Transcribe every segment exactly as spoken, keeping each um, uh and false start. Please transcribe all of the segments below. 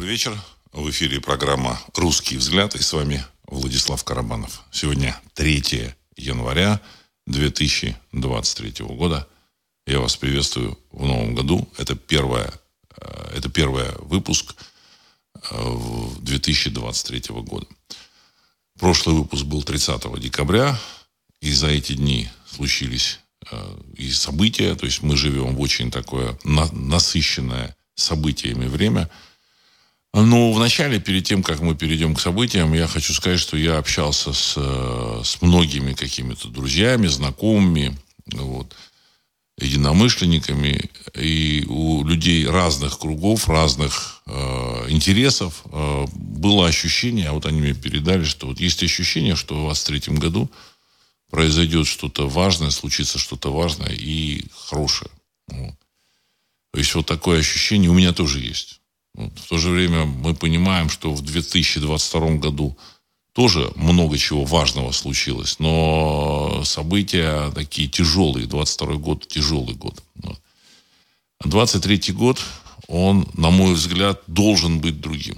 Добрый вечер. В эфире программа «Русский взгляд». И с вами Владислав Карабанов. Сегодня третьего января две тысячи двадцать третьего года. Я вас приветствую в новом году. Это, первое, это первый выпуск две тысячи двадцать третьего года. Прошлый выпуск был тридцатого декабря. И за эти дни случились и события. То есть мы живем в очень такое насыщенное событиями время. Но вначале, перед тем, как мы перейдем к событиям, я хочу сказать, что я общался с, с многими какими-то друзьями, знакомыми, вот, единомышленниками. И у людей разных кругов, разных э, интересов э, было ощущение, а вот они мне передали, что вот есть ощущение, что в двадцать третьем году произойдет что-то важное, случится что-то важное и хорошее. Вот. То есть вот такое ощущение у меня тоже есть. Вот. В то же время мы понимаем, что в две тысячи двадцать втором году тоже много чего важного случилось, но события такие тяжелые. двадцать второй год тяжелый год. Вот. А двадцать третий год, он, на мой взгляд, должен быть другим.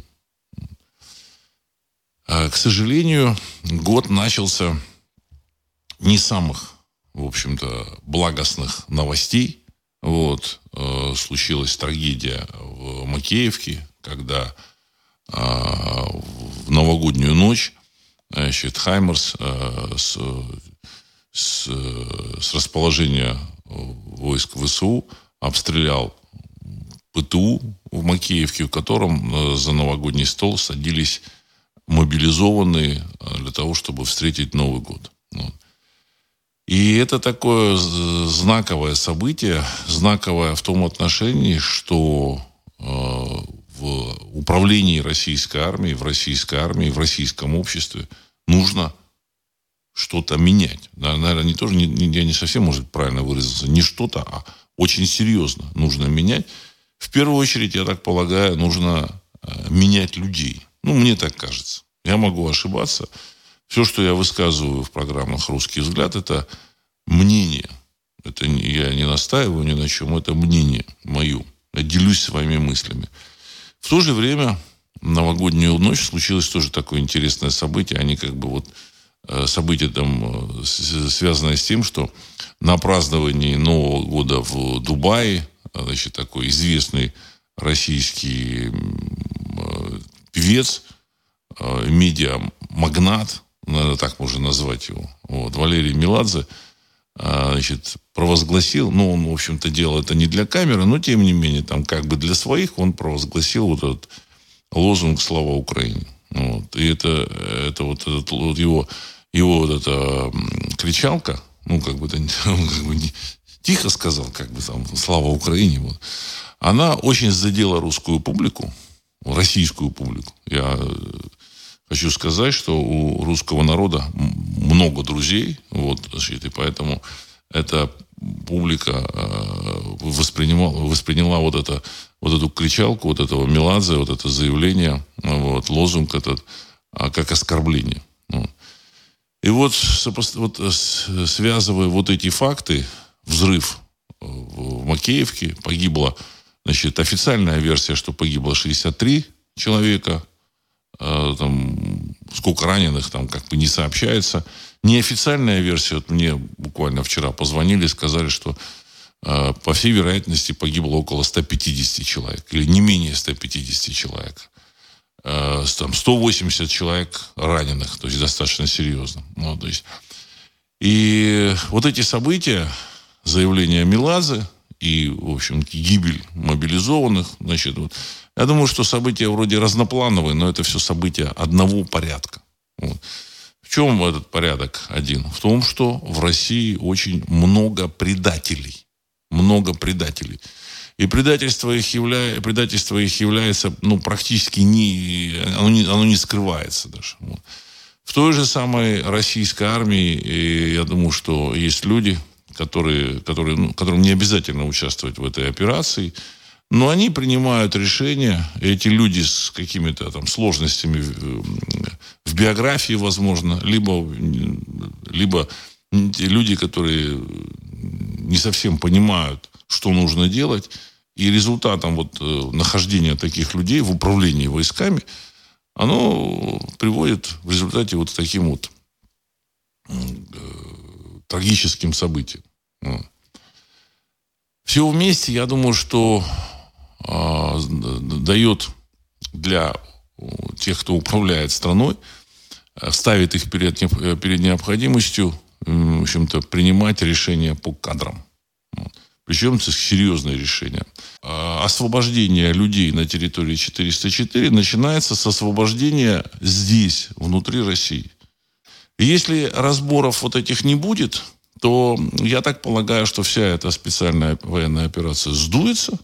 А, к сожалению, год начался не самых, в общем-то, благостных новостей. Вот, э, случилась трагедия в Макеевке, когда э, в новогоднюю ночь, значит, Хаймерс э, с, с, с расположения войск ВСУ обстрелял ПТУ в Макеевке, в котором э, за новогодний стол садились мобилизованные для того, чтобы встретить Новый год. Вот. И это такое знаковое событие, знаковое в том отношении, что э, в управлении российской армией, в российской армии, в российском обществе нужно что-то менять. Да, наверное, не тоже, не, не, я не совсем, может, правильно выразился, не что-то, а очень серьезно нужно менять. В первую очередь, я так полагаю, нужно э, менять людей. Ну, мне так кажется. Я могу ошибаться. Все, что я высказываю в программах «Русский взгляд», это мнение. Это я не настаиваю ни на чем, это мнение мое. Я делюсь своими мыслями. В то же время в новогоднюю ночь случилось тоже такое интересное событие. Они как бы вот событие там связанное с тем, что на праздновании Нового года в Дубае, значит, такой известный российский певец, медиамагнат, наверное, так можно назвать его, вот, Валерий Меладзе, значит, провозгласил, ну, он, в общем-то, делал это не для камеры, но, тем не менее, там, как бы для своих, он провозгласил вот этот лозунг «Слава Украине». Вот. И это, это вот, этот, вот его, его вот эта кричалка, ну, как бы, он как бы не, тихо сказал, как бы там «Слава Украине», вот, она очень задела русскую публику, российскую публику. Я хочу сказать, что у русского народа много друзей, вот, и поэтому эта публика воспринимала, восприняла вот, это, вот эту кричалку, вот этого Меладзе, вот это заявление, вот, лозунг этот, как оскорбление. И вот, вот связывая вот эти факты, взрыв в Макеевке, погибло, значит, официальная версия, что погибло шестьдесят три человека, там, сколько раненых, там, как бы не сообщается. Неофициальная версия, вот мне буквально вчера позвонили, сказали, что э, по всей вероятности погибло около ста пятидесяти человек, или не менее ста пятидесяти человек. Э, там сто восемьдесят человек раненых, то есть достаточно серьезно. Ну, то есть, и вот эти события, заявление Меладзе и, в общем, гибель мобилизованных, значит, вот, я думаю, что события вроде разноплановые, но это все события одного порядка. Вот. В чем этот порядок один? В том, что в России очень много предателей. Много предателей. И предательство их, явля... предательство их является, ну, практически не... Оно не, оно не скрывается даже. Вот. В той же самой российской армии, я думаю, что есть люди, которые, которые, ну, которым не обязательно участвовать в этой операции, но они принимают решения, эти люди с какими-то там сложностями в биографии, возможно, либо, либо люди, которые не совсем понимают, что нужно делать, И результатом вот нахождения таких людей в управлении войсками, оно приводит в результате вот к таким вот э, трагическим событиям. Все вместе, я думаю, что э, дает для тех, кто управляет страной, ставит их перед, перед необходимостью, в общем-то, принимать решения по кадрам. Причем это серьезные решения. Освобождение людей на территории четыреста четыре начинается с освобождения здесь, внутри России. И если разборов вот этих не будет, то я так полагаю, что вся эта специальная военная операция сдуется,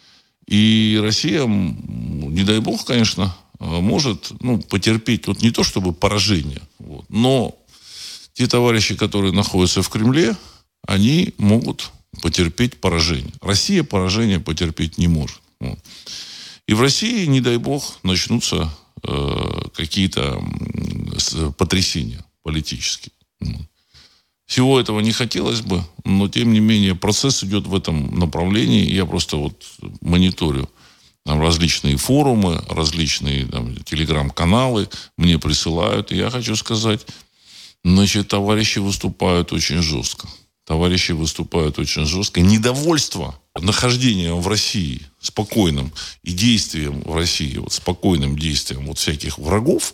и Россия, не дай бог, конечно, может ну, потерпеть вот не то чтобы поражение, вот, но те товарищи, которые находятся в Кремле, они могут потерпеть поражение. Россия поражение потерпеть не может. Вот. И в России, не дай бог, начнутся э, какие-то э, потрясения политические. Вот. Всего этого не хотелось бы, но, тем не менее, процесс идет в этом направлении. Я просто вот мониторю там различные форумы, различные там, телеграм-каналы мне присылают. И я хочу сказать, значит, товарищи выступают очень жестко. Товарищи выступают очень жестко. Недовольство нахождением в России, спокойным и действием в России, вот спокойным действием вот всяких врагов,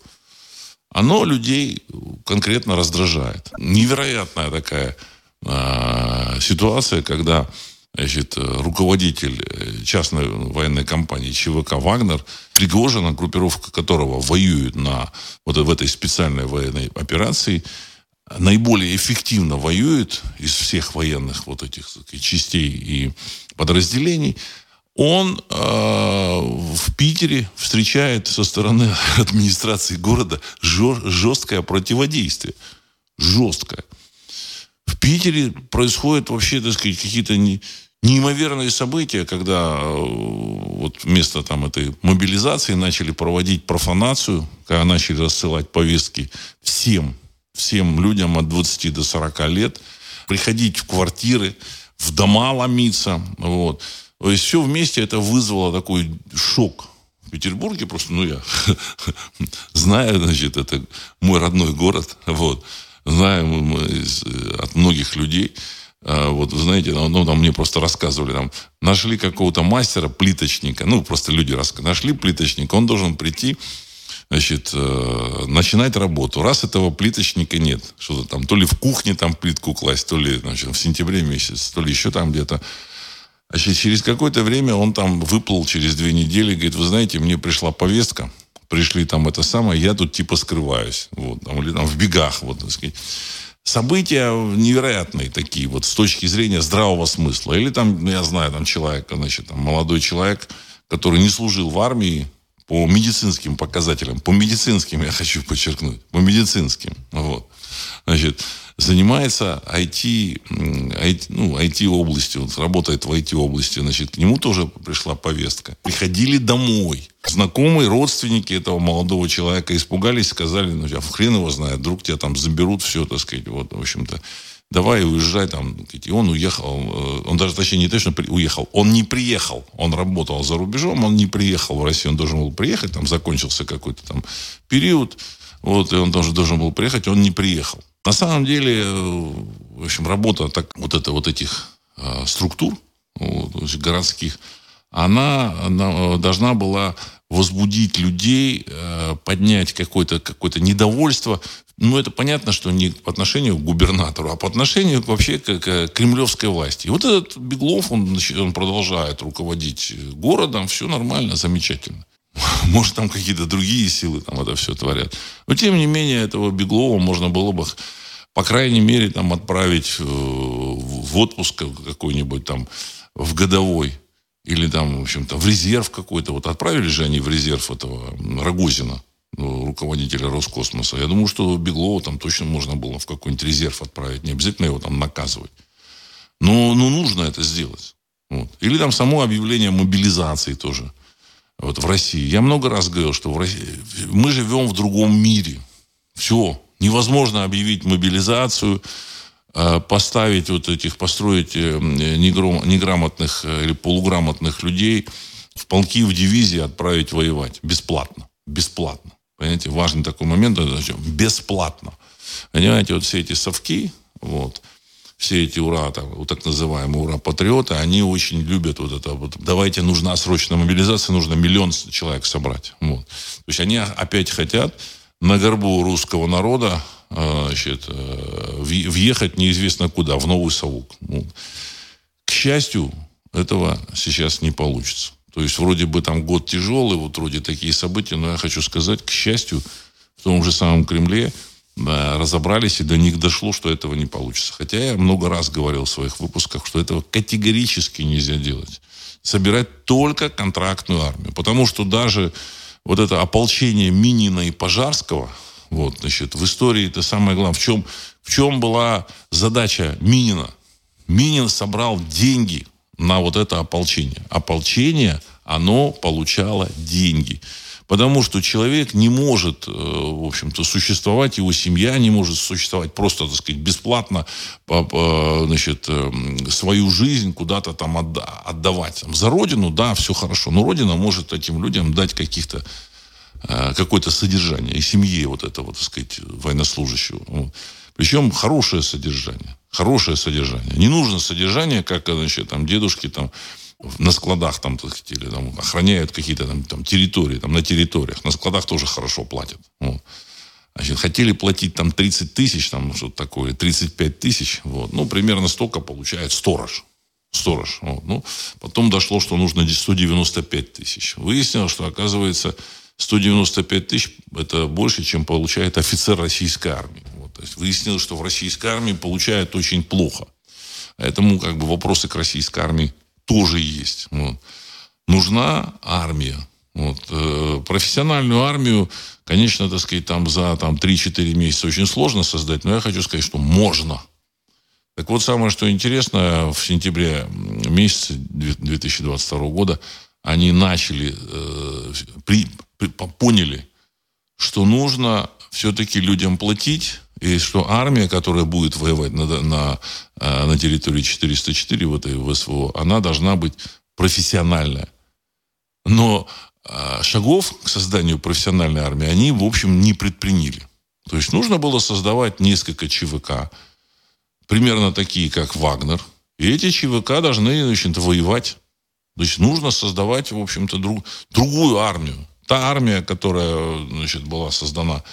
оно людей конкретно раздражает. Невероятная такая э, ситуация, когда значит, руководитель частной военной компании ЧВК «Вагнер», Пригожина, группировка которого воюет на, вот в этой специальной военной операции, наиболее эффективно воюет из всех военных вот этих сказать, частей и подразделений, он э, в Питере встречает со стороны администрации города жесткое противодействие. Жесткое. В Питере происходят вообще, так сказать, какие-то не, неимоверные события, когда э, вот вместо там, этой мобилизации начали проводить профанацию, когда начали рассылать повестки всем всем людям от двадцати до сорока лет, приходить в квартиры, в дома ломиться. Вот. То есть все вместе это вызвало такой шок в Петербурге. Просто, ну, я знаю, значит, это мой родной город. Вот. Знаю мы из, от многих людей. Вот, вы знаете, ну, там мне просто рассказывали, там, нашли какого-то мастера, плиточника. Ну, просто люди рассказывали. Нашли плиточника, он должен прийти, значит, э, начинать работу. Раз этого плиточника нет, что-то там, то ли в кухне там плитку класть, то ли значит, в сентябре месяц, то ли еще там где-то. Значит, через какое-то время он там выплыл через две недели, говорит, вы знаете, мне пришла повестка, пришли там это самое, я тут типа скрываюсь. Вот, там, или там в бегах, вот, так сказать. События невероятные такие, вот, с точки зрения здравого смысла. Или там, я знаю, там человек, значит, там, молодой человек, который не служил в армии, по медицинским показателям, по медицинским, я хочу подчеркнуть, по медицинским, вот, значит, занимается ай ти, ай ти, ну, ай ти-областью, вот, работает в ай ти-области, значит, к нему тоже пришла повестка. Приходили домой. Знакомые, родственники этого молодого человека испугались, сказали, ну, а хрен его знает, вдруг тебя там заберут, все, так сказать, вот, в общем-то, давай уезжай там. И он уехал, он даже, точнее, не точно уехал, он не приехал, он работал за рубежом, он не приехал в Россию, он должен был приехать, там закончился какой-то там период, вот, и он тоже должен был приехать, он не приехал. На самом деле, в общем, работа так, вот, это, вот этих э, структур вот, городских, она, она должна была возбудить людей, э, поднять какое-то, какое-то недовольство. Ну, это понятно, что не по отношению к губернатору, а по отношению вообще к, к кремлевской власти. И вот этот Беглов, он, он продолжает руководить городом, все нормально, замечательно. Может, там какие-то другие силы там это все творят. Но, тем не менее, этого Беглова можно было бы, по крайней мере, там, отправить в отпуск какой-нибудь там, в годовой. Или там, в общем-то, в резерв какой-то. Вот отправили же они в резерв этого Рогозина, руководителя Роскосмоса. Я думаю, что Беглова там точно можно было в какой-нибудь резерв отправить. Не обязательно его там наказывать. Но, но нужно это сделать. Вот. Или там само объявление мобилизации тоже. Вот в России. Я много раз говорил, что в России мы живем в другом мире. Все. Невозможно объявить мобилизацию. поставить вот этих, построить неграмотных или полуграмотных людей в полки, в дивизии отправить воевать. Бесплатно. Бесплатно. Понимаете, важный такой момент. Бесплатно. Понимаете, вот все эти совки, вот, все эти ура, там, вот так называемые ура-патриоты, они очень любят вот это вот. Давайте, нужна срочная мобилизация, нужно миллион человек собрать. Вот. То есть они опять хотят на горбу русского народа, значит, въехать неизвестно куда, в Новый Савук. Вот. К счастью, этого сейчас не получится. То есть, вроде бы там год тяжелый, вот вроде такие события, но я хочу сказать, к счастью, в том же самом Кремле да, разобрались, и до них дошло, что этого не получится. Хотя я много раз говорил в своих выпусках, что этого категорически нельзя делать. Собирать только контрактную армию. Потому что даже вот это ополчение Минина и Пожарского, вот, значит, в истории это самое главное. В чем, в чем была задача Минина? Минин собрал деньги на вот это ополчение. Ополчение, оно получало деньги. Потому что человек не может, в общем-то, существовать, его семья не может существовать просто, так сказать, бесплатно, значит, свою жизнь куда-то там отдавать. За родину, да, все хорошо, но родина может этим людям дать каких-то, какое-то содержание. И семье вот этого, так сказать, военнослужащего. Причем хорошее содержание. Хорошее содержание. Не нужно содержание, как, значит, там, дедушки там на складах там, так сказать, или, там, охраняют какие-то там, там территории, там, на территориях. На складах тоже хорошо платят. Вот. Значит, хотели платить там тридцать тысяч, там что-то такое, тридцать пять тысяч. Вот. Ну, примерно столько получает сторож. Сторож. Вот. Ну, потом дошло, что нужно сто девяносто пять тысяч. Выяснилось, что, оказывается, сто девяносто пять тысяч это больше, чем получает офицер российской армии. Вот. То есть выяснилось, что в российской армии получают очень плохо. Поэтому как бы вопросы к российской армии тоже есть. Вот. Нужна армия. Вот. Э, профессиональную армию, конечно, так сказать, там за там, три-четыре месяца очень сложно создать, но я хочу сказать, что можно. Так вот, самое, что интересно, в сентябре месяце две тысячи двадцать второго года они начали, э, при, при, поняли, что нужно все-таки людям платить, и что армия, которая будет воевать на, на, на территории четыреста четыре, в этой ВСВО, она должна быть профессиональная. Но а, шагов к созданию профессиональной армии они, в общем, не предприняли. То есть нужно было создавать несколько ЧВК, примерно такие, как Вагнер. И эти ЧВК должны, значит, воевать. То есть нужно создавать, в общем-то, друг, другую армию. Та армия, которая, значит, была создана,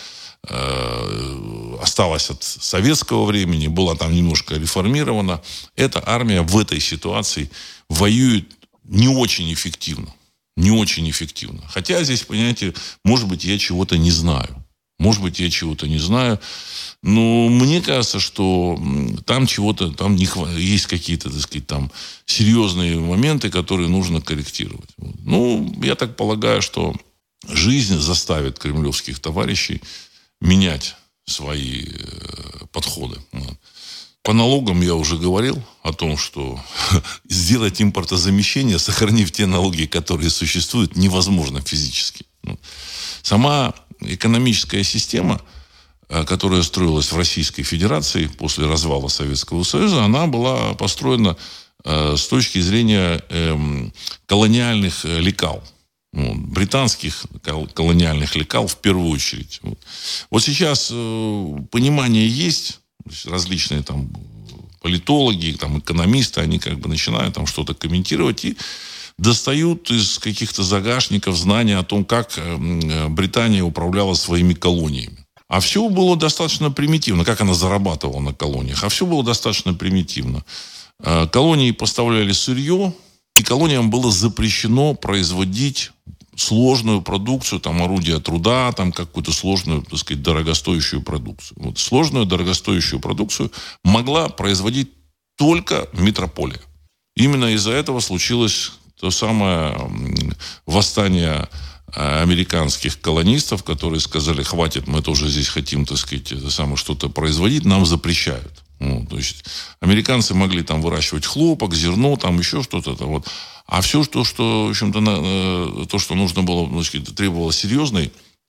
осталась от советского времени, была там немножко реформирована. Эта армия в этой ситуации воюет не очень эффективно. Не очень эффективно. Хотя здесь, понимаете, может быть, я чего-то не знаю. Может быть, я чего-то не знаю. Но мне кажется, что там чего-то, там не хватает, есть какие-то, так сказать, там серьезные моменты, которые нужно корректировать. Ну, я так полагаю, что жизнь заставит кремлевских товарищей менять свои э, подходы. По налогам я уже говорил о том, что сделать импортозамещение, сохранив те налоги, которые существуют, невозможно физически. Сама экономическая система, которая строилась в Российской Федерации после развала Советского Союза, она была построена э, с точки зрения э, колониальных лекал. Вот, британских колониальных лекал в первую очередь. Вот, вот сейчас э, понимание есть, различные там политологи, там, экономисты, они как бы начинают там что-то комментировать и достают из каких-то загашников знания о том, как э, Британия управляла своими колониями. А все было достаточно примитивно, как она зарабатывала на колониях. А все было достаточно примитивно. Э, колонии поставляли сырье, и колониям было запрещено производить сложную продукцию, там, орудия труда, там, какую-то сложную, так сказать, дорогостоящую продукцию. Вот, сложную, дорогостоящую продукцию могла производить только метрополия. Именно из-за этого случилось то самое восстание американских колонистов, которые сказали, хватит, мы тоже здесь хотим, так сказать, это самое, что-то производить, нам запрещают. Ну, то есть американцы могли там выращивать хлопок, зерно, там еще что-то. Вот. А все, что, что, в общем-то, на, то, что нужно было, значит, требовало серьезной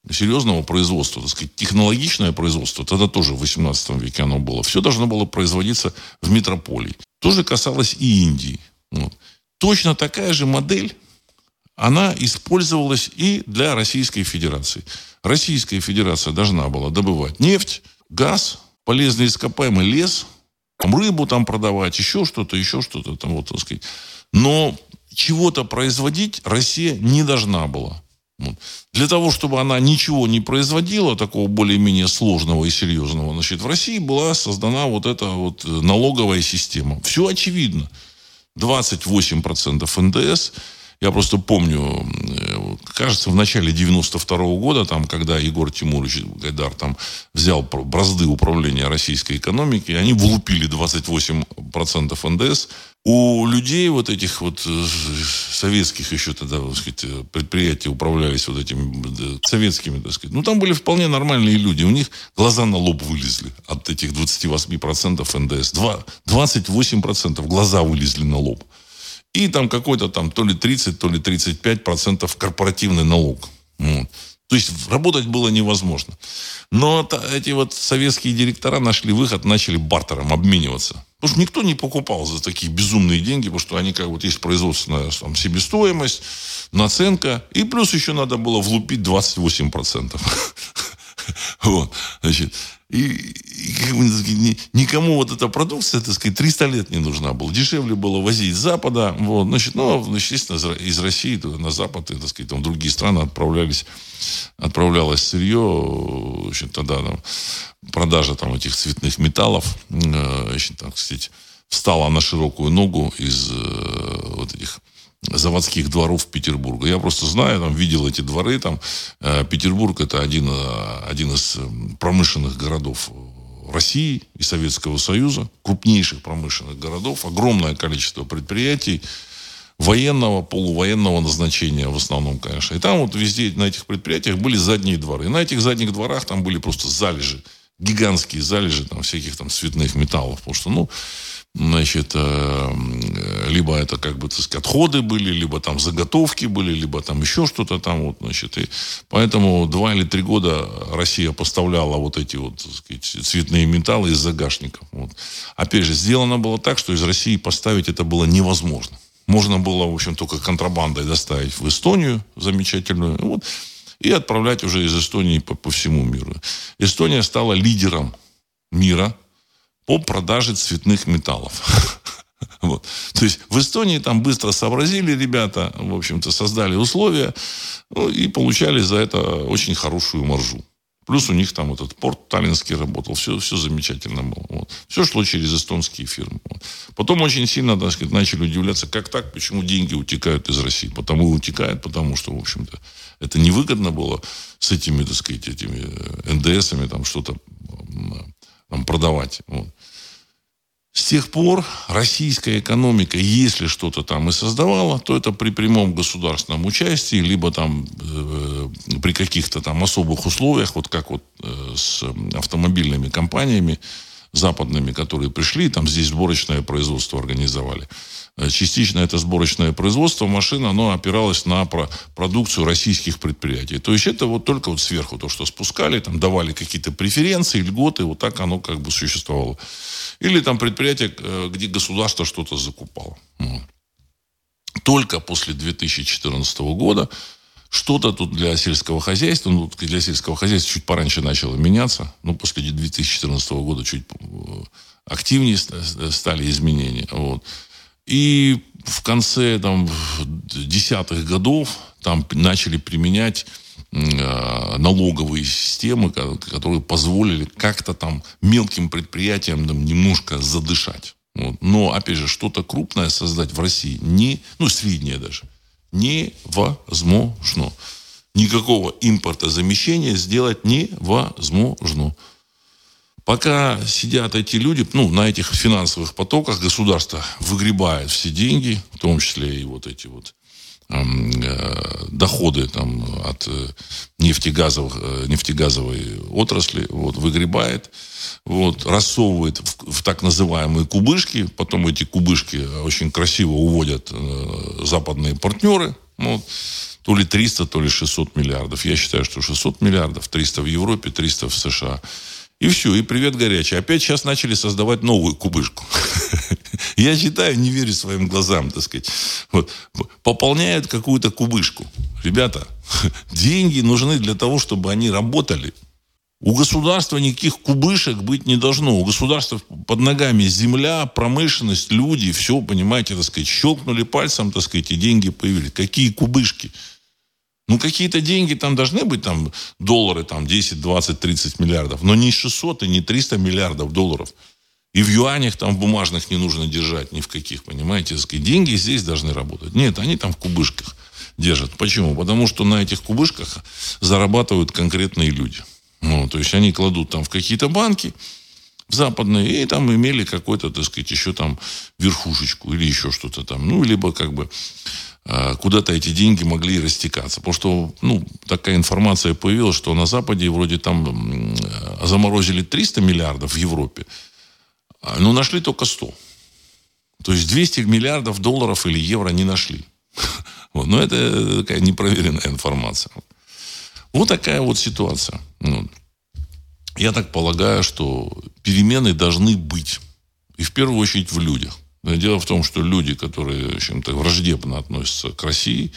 серьезного производства, так сказать, технологичное производство, тогда тоже в восемнадцатом веке оно было, все должно было производиться в метрополии. То же касалось и Индии. Вот. Точно такая же модель, она использовалась и для Российской Федерации. Российская Федерация должна была добывать нефть, газ, полезные ископаемые, лес, там рыбу там продавать, еще что-то, еще что-то там, вот, так сказать. Но чего-то производить Россия не должна была. Вот. Для того, чтобы она ничего не производила, такого более-менее сложного и серьезного, значит, в России была создана вот эта вот налоговая система. Все очевидно. двадцать восемь процентов эн дэ эс. Я просто помню, кажется, в начале девяносто второго года, там, когда Егор Тимурович Гайдар там взял бразды управления российской экономики, они влупили двадцать восемь процентов эн дэ эс. У людей вот этих вот советских еще тогда, так сказать, предприятия управлялись вот этими советскими, так сказать. Ну, там были вполне нормальные люди. У них глаза на лоб вылезли от этих двадцати восьми процентов эн дэ эс. двадцать восемь процентов глаза вылезли на лоб. И там какой-то там то ли тридцать, то ли тридцать пять процентов корпоративный налог. Вот. То есть работать было невозможно. Но эти вот советские директора нашли выход, начали бартером обмениваться. Потому что никто не покупал за такие безумные деньги, потому что они как вот есть производственная там, себестоимость, наценка, и плюс еще надо было влупить двадцать восемь процентов. Вот, значит, и, и как бы, никому вот эта продукция, так сказать, триста лет не нужна была. Дешевле было возить с Запада. Вот, значит, ну, естественно, из России на Запад, и, так сказать, там, в другие страны отправлялись, отправлялось сырье. Значит, тогда там, продажа там, этих цветных металлов, значит, так сказать, встала на широкую ногу из вот этих заводских дворов Петербурга. Я просто знаю, там, видел эти дворы. Там, э, Петербург – это один, один из промышленных городов России и Советского Союза, крупнейших промышленных городов, огромное количество предприятий военного, полувоенного назначения в основном, конечно. И там вот везде на этих предприятиях были задние дворы. И на этих задних дворах там были просто залежи, гигантские залежи там, всяких там цветных металлов. Потому что, ну, значит, либо это, как бы, так сказать, отходы были, либо там заготовки были, либо там еще что-то там, вот, значит, и поэтому два или три года Россия поставляла вот эти вот, так сказать, цветные металлы из загашников. Вот. Опять же, сделано было так, что из России поставить это было невозможно. Можно было, в общем, только контрабандой доставить в Эстонию замечательную, вот, и отправлять уже из Эстонии по, по всему миру. Эстония стала лидером мира по продаже цветных металлов. Вот. То есть в Эстонии там быстро сообразили ребята, в общем-то, создали условия, ну, и получали за это очень хорошую маржу. Плюс у них там этот порт таллинский работал, все, все замечательно было. Вот. Все шло через эстонские фирмы. Вот. Потом очень сильно, так сказать, начали удивляться, как так, почему деньги утекают из России. Потому и утекают, потому что, в общем-то, это невыгодно было с этими, так сказать, этими эн дэ эсами там что-то там, продавать. Вот. С тех пор российская экономика, если что-то там и создавала, то это при прямом государственном участии, либо там э, при каких-то там особых условиях, вот как вот э, с автомобильными компаниями западными, которые пришли, там здесь сборочное производство организовали. Частично это сборочное производство машин, оно опиралось на про- продукцию российских предприятий. То есть это вот только вот сверху то, что спускали, там давали какие-то преференции, льготы, вот так оно как бы существовало. Или там предприятия, где государство что-то закупало. Только после две тысячи четырнадцатого года что-то тут для сельского хозяйства, ну, для сельского хозяйства чуть пораньше начало меняться, но после две тысячи четырнадцатого года чуть активнее стали изменения. Вот. И в конце там, десятых годов там начали применять э, налоговые системы, которые позволили как-то там мелким предприятиям там, немножко задышать. Вот. Но, опять же, что-то крупное создать в России, не, ну, среднее даже, невозможно. Никакого импортозамещения сделать невозможно. Пока сидят эти люди, ну, на этих финансовых потоках, государство выгребает все деньги, в том числе и вот эти вот э, доходы там, от нефтегазовых, нефтегазовой отрасли, вот, выгребает, вот, рассовывает в, в так называемые кубышки, потом эти кубышки очень красиво уводят э, западные партнеры, Ну, то ли триста, то ли шестьсот миллиардов. Я считаю, что шестьсот миллиардов, триста в Европе, триста в США. И все, и привет горячий. Опять сейчас начали создавать новую кубышку. Я читаю, не верю своим глазам, так сказать. Вот. Пополняют какую-то кубышку. Ребята, деньги нужны для того, чтобы они работали. У государства никаких кубышек быть не должно. У государства под ногами земля, промышленность, люди, все, понимаете, так сказать, щелкнули пальцем, так сказать, и деньги появились. Какие кубышки? Ну, какие-то деньги там должны быть, там, доллары, там, десять, двадцать, тридцать миллиардов. Но не шестьсот и не триста миллиардов долларов. И в юанях там в бумажных не нужно держать ни в каких, понимаете, так сказать. Деньги здесь должны работать. Нет, они там в кубышках держат. Почему? Потому что на этих кубышках зарабатывают конкретные люди. Ну, то есть они кладут там в какие-то банки западные и там имели какой-то, так сказать, еще там верхушечку или еще что-то там. Ну, либо как бы куда-то эти деньги могли растекаться. Потому что, ну, такая информация появилась, что на Западе вроде там заморозили триста миллиардов в Европе, но нашли только сто. То есть двести миллиардов долларов или евро не нашли. Вот. Но это такая непроверенная информация. Вот такая вот ситуация. Я так полагаю, что перемены должны быть. И в первую очередь в людях. Дело в том, что люди, которые, в общем-то, враждебно относятся к России,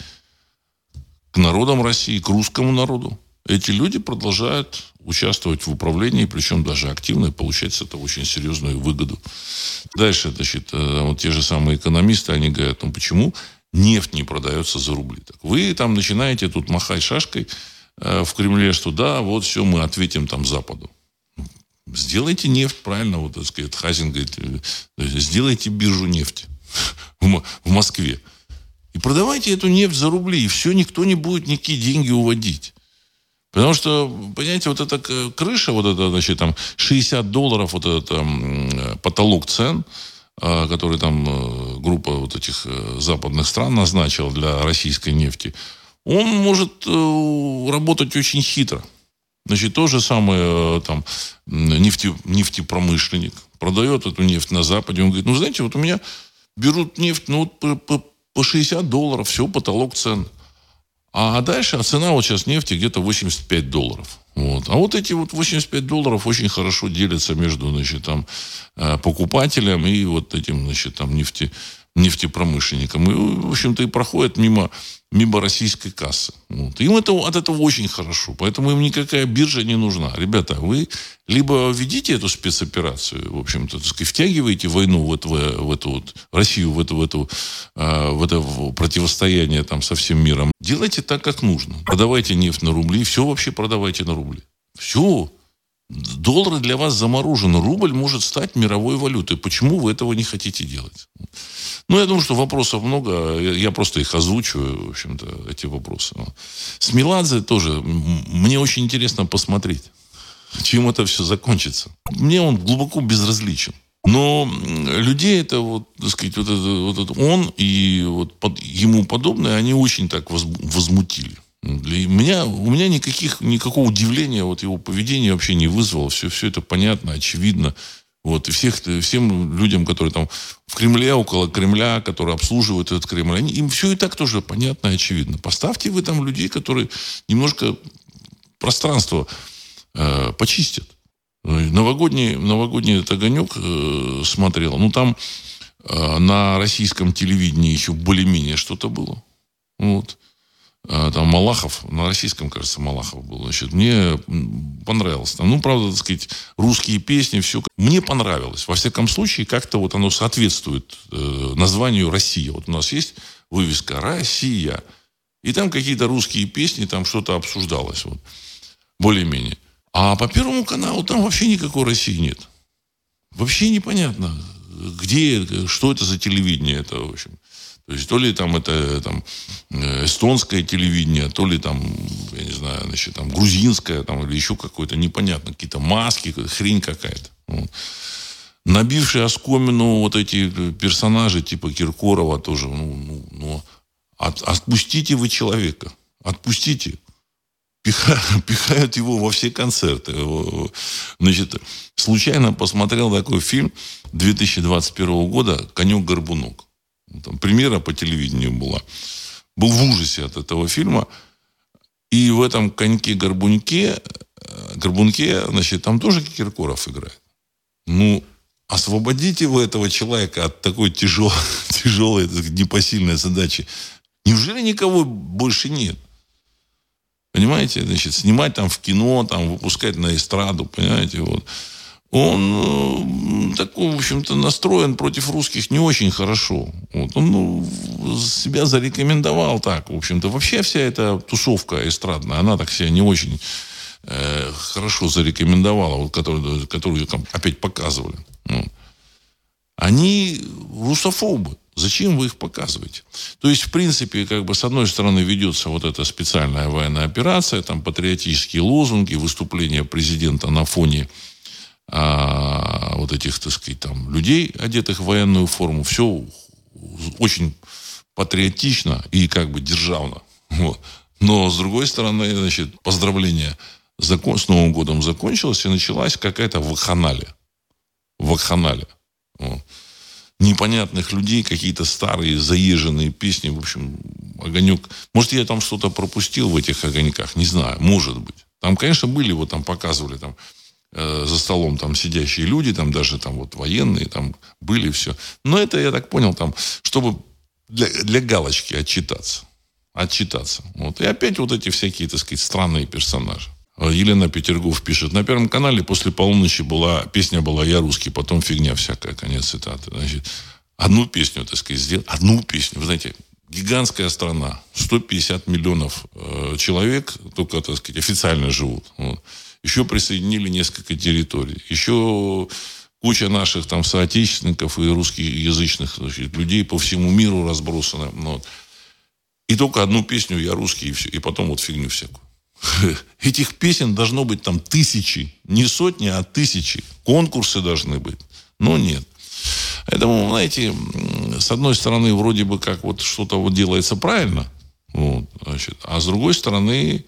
к народам России, к русскому народу, эти люди продолжают участвовать в управлении, причем даже активно, и получать с этого очень серьезную выгоду. Дальше, значит, вот те же самые экономисты, они говорят, ну почему нефть не продается за рубли? Так вы там начинаете тут махать шашкой в Кремле, что да, вот все, мы ответим там Западу. Сделайте нефть, правильно, вот, так сказать, Хазин говорит, сделайте биржу нефти в Москве. И продавайте эту нефть за рубли, и все, никто не будет никакие деньги уводить. Потому что, понимаете, вот эта крыша, вот это, значит, там шестьдесят долларов, вот этот там, потолок цен, который там группа вот этих западных стран назначила для российской нефти, он может работать очень хитро. Значит, то же самое там, нефти, нефтепромышленник продает эту нефть на Западе. Он говорит, ну, знаете, вот у меня берут нефть ну, вот по, по, по шестьдесят долларов, все, потолок цен. А дальше а цена вот сейчас нефти где-то восемьдесят пять долларов. Вот. А вот эти вот восемьдесят пять долларов очень хорошо делятся между, значит, там, покупателем и вот этим, значит, там, нефти, нефтепромышленником. И, в общем-то, и проходят мимо, мимо российской кассы. Вот. Им это, от этого очень хорошо. Поэтому им никакая биржа не нужна. Ребята, вы либо ведите эту спецоперацию, в общем-то, так сказать, втягиваете войну в эту, в эту вот, Россию в это, в эту, в это противостояние там, со всем миром. Делайте так, как нужно. Продавайте нефть на рубли. Все вообще продавайте на рубли. Все. Доллары для вас заморожены. Рубль может стать мировой валютой. Почему вы этого не хотите делать? Ну, я думаю, что вопросов много. Я просто их озвучиваю, в общем-то, эти вопросы. С Меладзе тоже. Мне очень интересно посмотреть, чем это все закончится. Мне он глубоко безразличен. Но людей это, вот, так сказать, вот это, вот это он и вот под, ему подобные, они очень так возмутили. Для меня, у меня никаких, никакого удивления вот его поведение вообще не вызвало. Все, все это понятно, очевидно. Вот, и всех, всем людям, которые там в Кремле, около Кремля, которые обслуживают этот Кремль, они, им все и так тоже понятно и очевидно. Поставьте вы там людей, которые немножко пространство э, почистят. Новогодний, новогодний этот огонек э, смотрел. Ну, там э, на российском телевидении еще более-менее что-то было. Вот. Там Малахов, на российском, кажется, Малахов был. Значит, мне понравилось. Там, ну, правда, так сказать, русские песни, все. Мне понравилось. Во всяком случае, как-то вот оно соответствует э, названию «Россия». Вот у нас есть вывеска «Россия». И там какие-то русские песни, там что-то обсуждалось. Вот, более-менее. А по Первому каналу там вообще никакой России нет. Вообще непонятно, где, что это за телевидение. Это, в общем... То есть, то ли там это там, эстонское телевидение, то ли там, я не знаю, значит, там, грузинское, там, или еще какое-то, непонятно, какие-то маски, хрень какая-то. Вот. Набившие оскомину вот эти персонажи, типа Киркорова тоже, ну, ну, ну от, отпустите вы человека, отпустите. Пихают, пихают его во все концерты. Значит, случайно посмотрел такой фильм две тысячи двадцать первого года «Конек-горбунок». Там премьера по телевидению была. был в ужасе от этого фильма. И в этом «Коньке-горбунке», «Горбунке», значит, там тоже Киркоров играет. Ну, освободите вы этого человека от такой тяжелой, тяжелой непосильной задачи. Неужели никого больше нет? Понимаете? Значит, снимать там в кино, там, выпускать на эстраду, понимаете, вот. Он такой, в общем-то, настроен против русских не очень хорошо. Вот. Он ну, себя зарекомендовал так, в общем-то. Вообще вся эта тусовка эстрадная, она так себя не очень э, хорошо зарекомендовала, вот, которую, которую опять показывали. Вот. Они русофобы. Зачем вы их показываете? То есть, в принципе, как бы с одной стороны ведется вот эта специальная военная операция, там патриотические лозунги, выступления президента на фоне а, вот этих, так сказать, там, людей, одетых в военную форму. Все очень патриотично и как бы державно. Вот. Но, с другой стороны, значит, поздравление закон, с Новым годом закончилось, и началась какая-то вакханалия. Вакханалия. Вот. Непонятных людей, какие-то старые, заезженные песни. В общем, огонек. Может, я там что-то пропустил в этих огоньках, не знаю, может быть. Там, конечно, были, вот там показывали там, э, за столом там сидящие люди, там даже там вот военные, там были все. Но это, я так понял, там, чтобы для, для галочки отчитаться. Отчитаться. Вот. И опять вот эти всякие, так сказать, странные персонажи. Елена Петергоф пишет. На Первом канале после полуночи была, песня была «Я русский», потом фигня всякая, конец цитаты. Значит, одну песню, так сказать, сделать. Одну песню. Вы знаете, гигантская страна. сто пятьдесят миллионов э, человек только, так сказать, официально живут. Вот. Еще присоединили несколько территорий. Еще куча наших там соотечественников и русскоязычных, значит, людей по всему миру разбросаны. Вот. И только одну песню «Я русский» и все. И потом вот фигню всякую. Этих песен должно быть там тысячи. Не сотни, а тысячи. Конкурсы должны быть. Но нет. Поэтому, знаете, с одной стороны, вроде бы как вот что-то вот делается правильно. Вот, значит, а с другой стороны,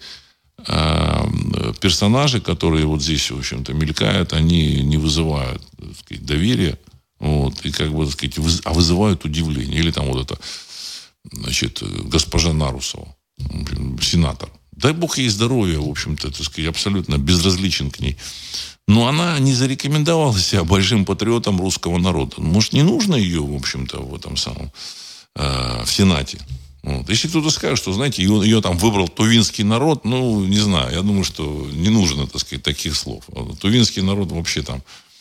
э, персонажи, которые вот здесь, в общем-то, мелькают, они не вызывают, так сказать, доверия. Вот, и как бы, так сказать, выз, а вызывают удивление. Или там вот это, значит, госпожа Нарусова, сенатор. Дай бог ей здоровья, в общем-то, так сказать, абсолютно безразличен к ней. Но она не зарекомендовала себя большим патриотом русского народа. Может, не нужно ее, в общем-то, в этом самом, э, в Сенате. Вот. Если кто-то скажет, что, знаете, ее, ее там выбрал тувинский народ, ну, не знаю, я думаю, что не нужно, так сказать, таких слов. Тувинский народ вообще там,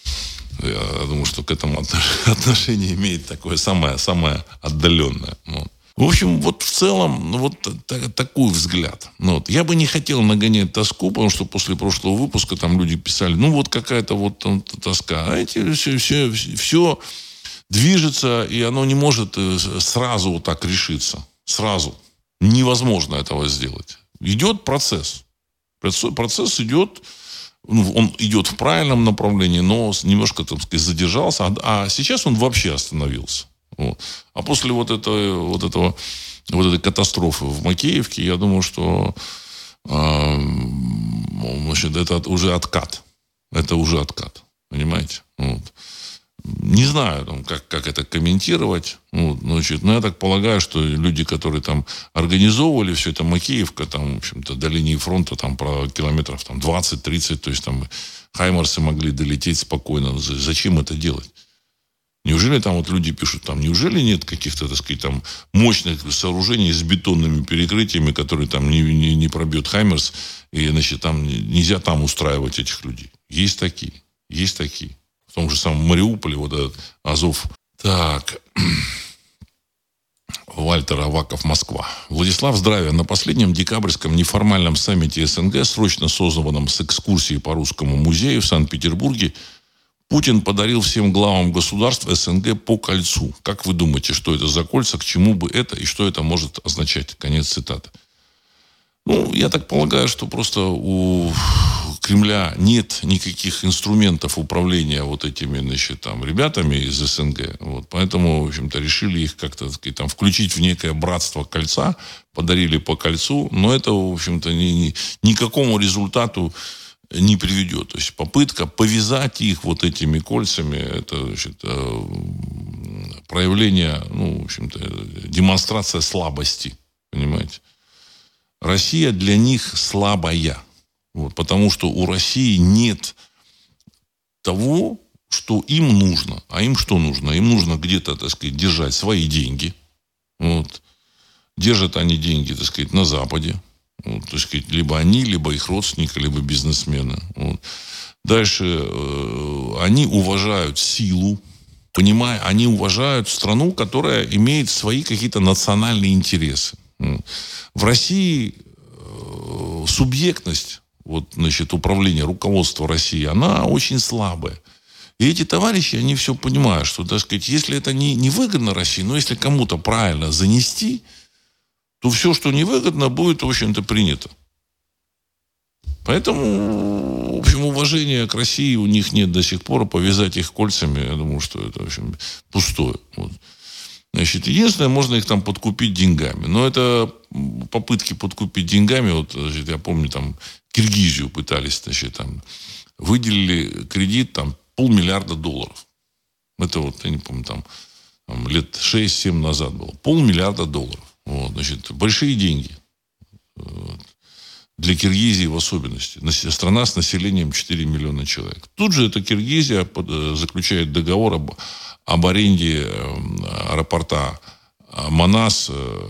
я думаю, что к этому отношение имеет такое самое, самое отдаленное. Вот. В общем, вот в целом, ну, вот та, такой взгляд. Ну, вот. Я бы не хотел нагонять тоску, потому что после прошлого выпуска там люди писали, ну, вот какая-то вот там тоска. А эти все, все, все движется, и оно не может сразу вот так решиться. Сразу. Невозможно этого сделать. Идет процесс. Процесс идет, ну, он идет в правильном направлении, но немножко, так сказать, задержался, а, а сейчас он вообще остановился. Вот. А после вот, это, вот, этого, вот этой катастрофы в Макеевке, я думаю, что э, значит, это уже откат. Это уже откат. Понимаете? Вот. Не знаю, там, как, как это комментировать. Вот, значит, но я так полагаю, что люди, которые там организовывали все это, Макеевка, там, в общем-то, до линии фронта там, про километров там, двадцать-тридцать, то есть там хаймарсы могли долететь спокойно. Зачем это делать? Неужели там вот люди пишут, там, неужели нет каких-то, так сказать, там, мощных сооружений с бетонными перекрытиями, которые там не, не, не пробьет Хаймерс, и, значит, там нельзя там устраивать этих людей. Есть такие. Есть такие. В том же самом Мариуполе, вот этот Азов. Так. Вальтер Аваков, Москва. Владислав, здравия. На последнем декабрьском неформальном саммите СНГ, срочно созванном с экскурсией по Русскому музею в Санкт-Петербурге, Путин подарил всем главам государств СНГ по кольцу. Как вы думаете, что это за кольца, к чему бы это и что это может означать? Конец цитаты. Ну, я так полагаю, что просто у Кремля нет никаких инструментов управления вот этими, значит, там, ребятами из СНГ. Вот, поэтому, в общем-то, решили их как-то, так сказать, там, включить в некое братство кольца, подарили по кольцу, но это, в общем-то, ни, ни, никакому результату не приведет. То есть попытка повязать их вот этими кольцами, это, значит, проявление, ну, в общем-то, демонстрация слабости. Понимаете? Россия для них слабая. Вот, потому что у России нет того, что им нужно. А им что нужно? Им нужно где-то, так сказать, держать свои деньги. Вот. Держат они деньги, так сказать, на Западе. Вот, так сказать, либо они, либо их родственники, либо бизнесмены. Вот. Дальше э, они уважают силу, понимая, они уважают страну, которая имеет свои какие-то национальные интересы. В России э, субъектность, вот, значит, управления, руководства России, она очень слабая. И эти товарищи, они все понимают, что, так сказать, если это не, не выгодно России, но если кому-то правильно занести, то все, что невыгодно, будет, в общем-то, принято. Поэтому, в общем, уважения к России у них нет до сих пор. Повязать их кольцами, я думаю, что это, в общем, пустое. Вот. Значит, единственное, можно их там подкупить деньгами. Но это попытки подкупить деньгами. Вот, значит, я помню, там, Киргизию пытались, значит, там, выделили кредит, там, полмиллиарда долларов. Это вот, я не помню, там, там лет шесть-семь назад было. Полмиллиарда долларов. Вот, значит, большие деньги. Вот. Для Киргизии в особенности. Страна с населением четыре миллиона человек. Тут же эта Киргизия заключает договор об, об аренде аэропорта Манас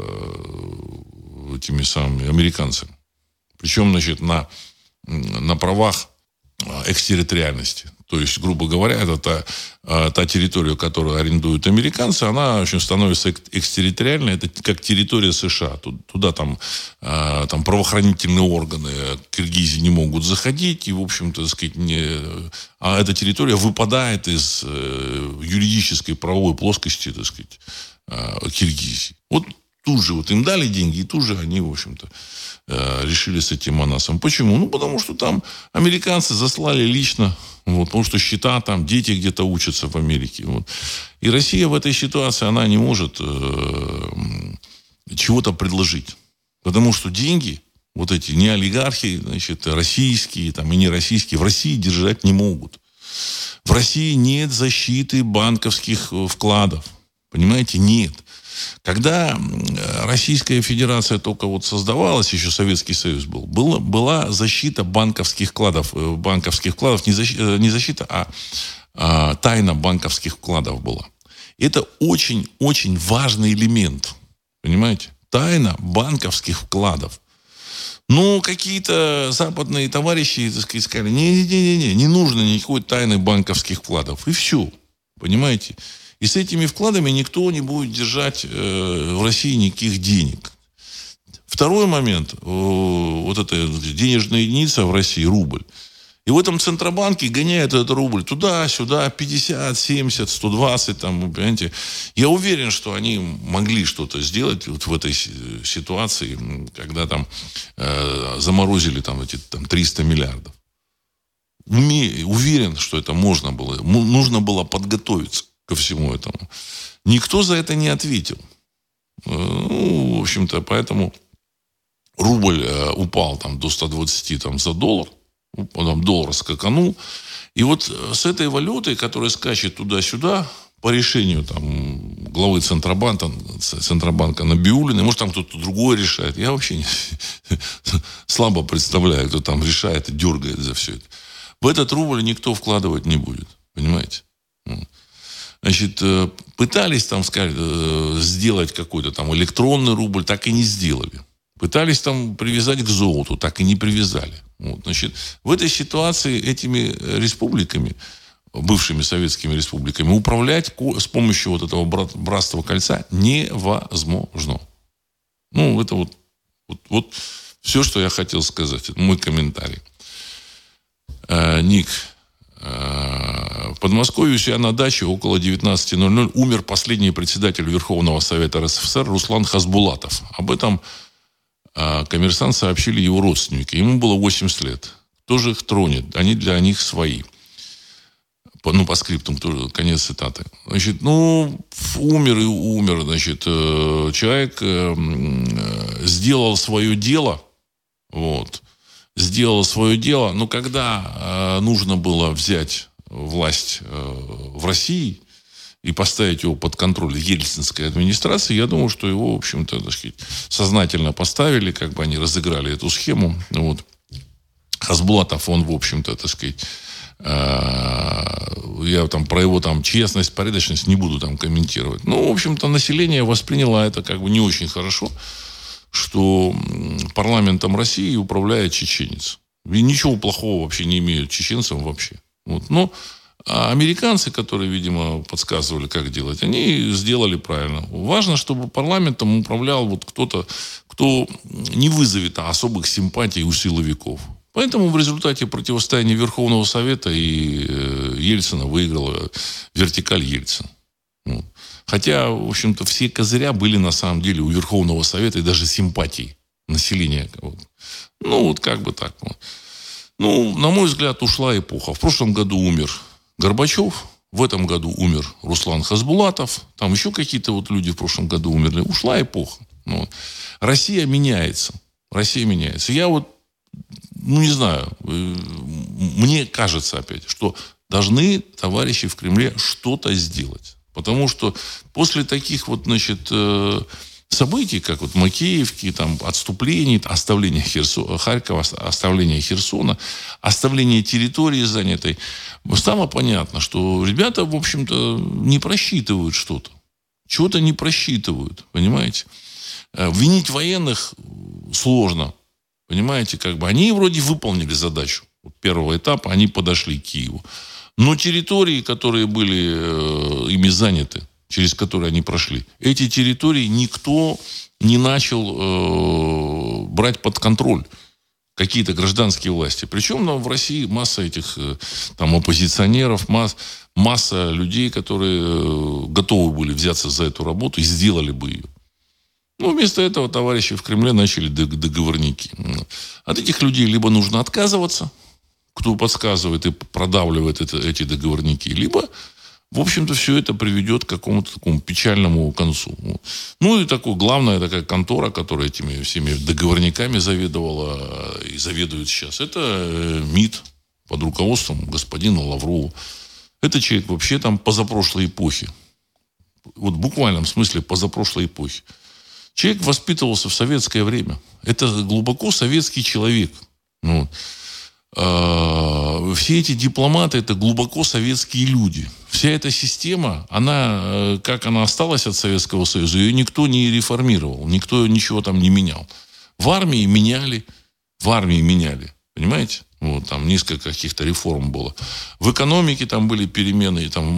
этими самыми американцами. Причем, значит, на, на правах экстерриториальности. То есть, грубо говоря, это та, та территория, которую арендуют американцы, она, в общем, становится экстерриториальной. Это как территория США. Туда там, там правоохранительные органы Киргизии не могут заходить. И, в общем-то, так сказать, не... а эта территория выпадает из юридической правовой плоскости, так сказать, Киргизии. Вот тут же вот им дали деньги, и тут же они, в общем-то, решили с этим Манасом. Почему? Ну, потому что там американцы заслали лично, вот, потому что счета там, дети где-то учатся в Америке. Вот. И Россия в этой ситуации, она не может э, чего-то предложить. Потому что деньги, вот эти не олигархи, значит, российские там, и не российские, в России держать не могут. В России нет защиты банковских вкладов. Понимаете? Нет. Когда Российская Федерация только вот создавалась, еще Советский Союз был, была, была защита банковских вкладов. Банковских вкладов не защита, не защита а, а тайна банковских вкладов была. Это очень-очень важный элемент. Понимаете? Тайна банковских вкладов. Ну, какие-то западные товарищи, так сказать, сказали, не-не-не, не нужно никакой тайны банковских вкладов. И все. Понимаете? И с этими вкладами никто не будет держать э, в России никаких денег. Второй момент. Э, вот эта денежная единица в России, рубль. И в этом Центробанке гоняют этот рубль туда-сюда, пятьдесят, семьдесят, сто двадцать. Там, понимаете. Я уверен, что они могли что-то сделать вот в этой ситуации, когда там э, заморозили там, эти там, триста миллиардов. Уверен, что это можно было. Нужно было подготовиться ко всему этому. Никто за это не ответил. Ну, в общем-то, поэтому рубль э, упал там, до ста двадцати там, за доллар. Потом доллар скаканул. И вот с этой валютой, которая скачет туда-сюда, по решению там, главы Центробанка, Центробанка Набиуллиной, может, там кто-то другой решает. Я вообще не, слабо представляю, кто там решает и дергает за все это. В этот рубль никто вкладывать не будет. Понимаете? Значит, пытались там сказать, сделать какой-то там электронный рубль, так и не сделали. Пытались там привязать к золоту, так и не привязали. Вот, значит, в этой ситуации этими республиками, бывшими советскими республиками, управлять с помощью вот этого братства кольца невозможно. Ну, это вот, вот, вот все, что я хотел сказать. Это мой комментарий. А, Ник. В Подмосковье у себя на даче около девятнадцати ноль-ноль умер последний председатель Верховного Совета РСФСР Руслан Хасбулатов. Об этом «Коммерсант» сообщили его родственники. Ему было восемьдесят лет. Кто же их тронет? Они для них свои. По, ну, по скриптам, тоже, конец цитаты. Значит, ну, умер и умер. Значит, человек сделал свое дело. Вот. Сделал свое дело. Но когда нужно было взять власть в России, и поставить его под контроль ельцинской администрации, я думаю, что его, в общем-то, так сказать, сознательно поставили, как бы они разыграли эту схему. Вот. Хасбулатов, он, в общем-то, так сказать, я там про его там честность, порядочность не буду там комментировать. Ну, в общем-то, население восприняло это как бы не очень хорошо, что парламентом России управляет чеченец. И ничего плохого вообще не имеют чеченцам вообще. Вот. Но а американцы, которые, видимо, подсказывали, как делать, они сделали правильно. Важно, чтобы парламентом управлял вот кто-то, кто не вызовет особых симпатий у силовиков. Поэтому в результате противостояния Верховного Совета и э, Ельцина выиграла вертикаль Ельцина. Вот. Хотя, в общем-то, все козыря были на самом деле у Верховного Совета и даже симпатии населения. Вот. Ну, вот как бы так. Вот. Ну, на мой взгляд, ушла эпоха. В прошлом году умер Горбачев, в этом году умер Руслан Хасбулатов, там еще какие-то вот люди в прошлом году умерли. Ушла эпоха. Вот. Россия меняется. Россия меняется. Я вот, ну, не знаю, мне кажется опять, что должны товарищи в Кремле что-то сделать. Потому что после таких вот, значит, событий, как вот Макеевки, там, отступлений, оставление Херсо... Харькова, оставление Херсона, оставление территории занятой, стало понятно, что ребята, в общем-то, не просчитывают что-то. Чего-то не просчитывают, понимаете? Винить военных сложно, понимаете? Как бы они вроде выполнили задачу. Вот первого этапа они подошли к Киеву. Но территории, которые были э, ими заняты, через которые они прошли, эти территории никто не начал э, брать под контроль. Какие-то гражданские власти. Причем ну, в России масса этих э, там, оппозиционеров, масс, масса людей, которые э, готовы были взяться за эту работу и сделали бы ее. Но вместо этого товарищи в Кремле начали договорники. От этих людей либо нужно отказываться, кто подсказывает и продавливает это, эти договорники, либо, в общем-то, все это приведет к какому-то такому печальному концу. Ну и такое, главная такая контора, которая этими всеми договорниками заведовала и заведует сейчас, это МИД под руководством господина Лаврова. Это человек вообще там позапрошлой эпохи. Вот в буквальном смысле позапрошлой эпохи. Человек воспитывался в советское время. Это глубоко советский человек. Ну, все эти дипломаты – это глубоко советские люди. Вся эта система, она, как она осталась от Советского Союза, ее никто не реформировал, никто ничего там не менял. В армии меняли, в армии меняли, понимаете? Вот, там несколько каких-то реформ было. В экономике там были перемены, там,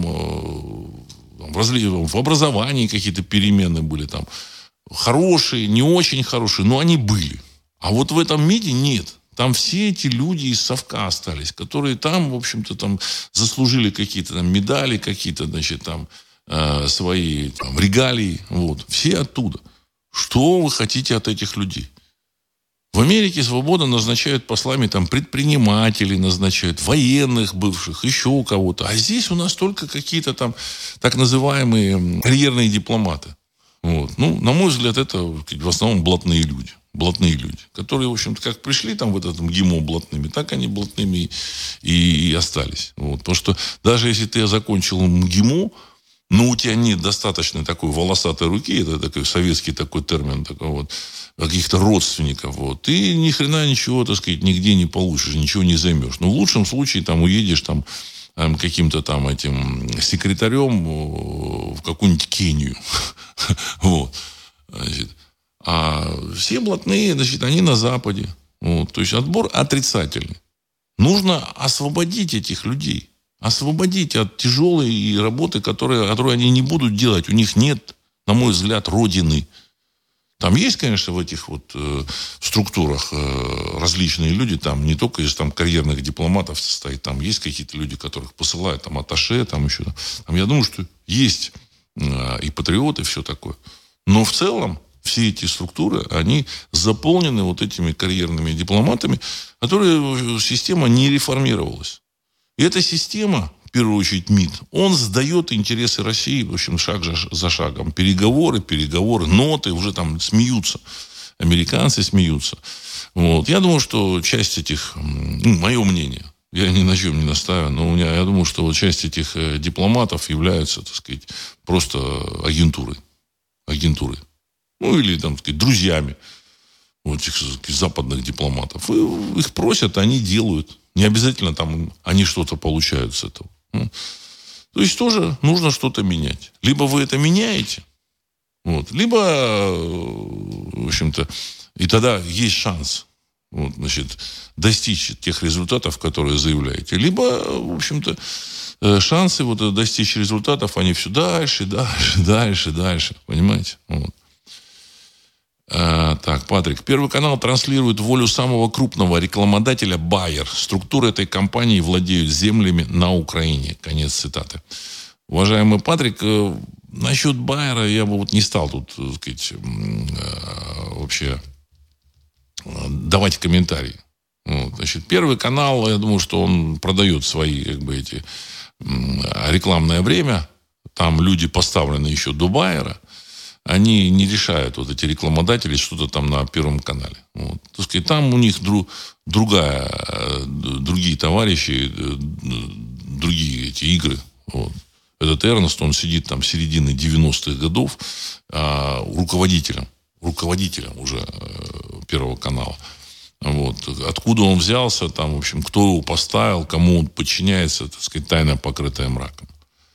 в, разли... в образовании какие-то перемены были, там, хорошие, не очень хорошие, но они были. А вот в этом МИДе нет. Там все эти люди из совка остались, которые там, в общем-то, там заслужили какие-то там медали, какие-то, значит, там э, свои там, регалии. Вот. Все оттуда. Что вы хотите от этих людей? В Америке свободно назначают послами там предпринимателей, назначают военных бывших, еще кого-то. А здесь у нас только какие-то там так называемые карьерные дипломаты. Вот. Ну, на мой взгляд, это в основном блатные люди. Блатные люди, которые, в общем-то, как пришли там в этот МГИМО блатными, так они блатными и, и остались. Вот. Потому что даже если ты закончил МГИМО, но у тебя нет достаточно такой волосатой руки, это такой советский такой термин, такой вот, каких-то родственников, вот, ты ни хрена ничего, так сказать, нигде не получишь, ничего не займешь. Но в лучшем случае там уедешь там каким-то там этим секретарем в какую-нибудь Кению. Вот. Значит, а все блатные, значит, они на Западе. Вот. То есть отбор отрицательный. Нужно освободить этих людей. Освободить от тяжелой работы, которые, которую они не будут делать. У них нет, на мой взгляд, родины. Там есть, конечно, в этих вот э, структурах э, различные люди. Там не только из там, карьерных дипломатов состоит. Там есть какие-то люди, которых посылают, там, атташе, там еще. Там, я думаю, что есть э, и патриоты, и все такое. Но в целом все эти структуры, они заполнены вот этими карьерными дипломатами, которые система не реформировалась. И эта система, в первую очередь МИД, он сдает интересы России, в общем, шаг за шагом. Переговоры, переговоры, ноты, уже там смеются. Американцы смеются. Вот. Я думаю, что часть этих, ну, мое мнение, Я ни на чем не настаиваю, но у меня, я думаю, что вот часть этих э, дипломатов являются, так сказать, просто агентурой. Агентурой. Ну, или, там, так сказать, друзьями вот этих западных дипломатов. И их просят, они делают. Не обязательно там они что-то получают с этого. Ну, то есть тоже нужно что-то менять. Либо вы это меняете, вот, либо, в общем-то, и тогда есть шанс вот, значит, достичь тех результатов, которые заявляете. Либо, в общем-то, шансы вот достичь результатов, они все дальше, дальше, дальше, дальше. Понимаете? Вот. А, так, Патрик. Первый канал транслирует волю самого крупного рекламодателя Bayer. Структуры этой компании владеют землями на Украине. Конец цитаты. Уважаемый Патрик, насчет Bayer я бы вот не стал тут, так сказать, вообще давать комментарии. Вот, значит, Первый канал, я думаю, что он продает свои, как бы, эти рекламное время. Там люди поставлены еще до Байера. Они не решают, вот эти рекламодатели, что-то там на Первом канале. Вот. Так сказать, там у них дру, другая, другие товарищи, другие эти игры. Вот. Этот Эрнест, он сидит там с середины девяностых годов а, руководителем, руководителем уже Первого канала. Вот. Откуда он взялся, там, в общем, кто его поставил, кому он подчиняется, так сказать, тайна, покрытая мраком.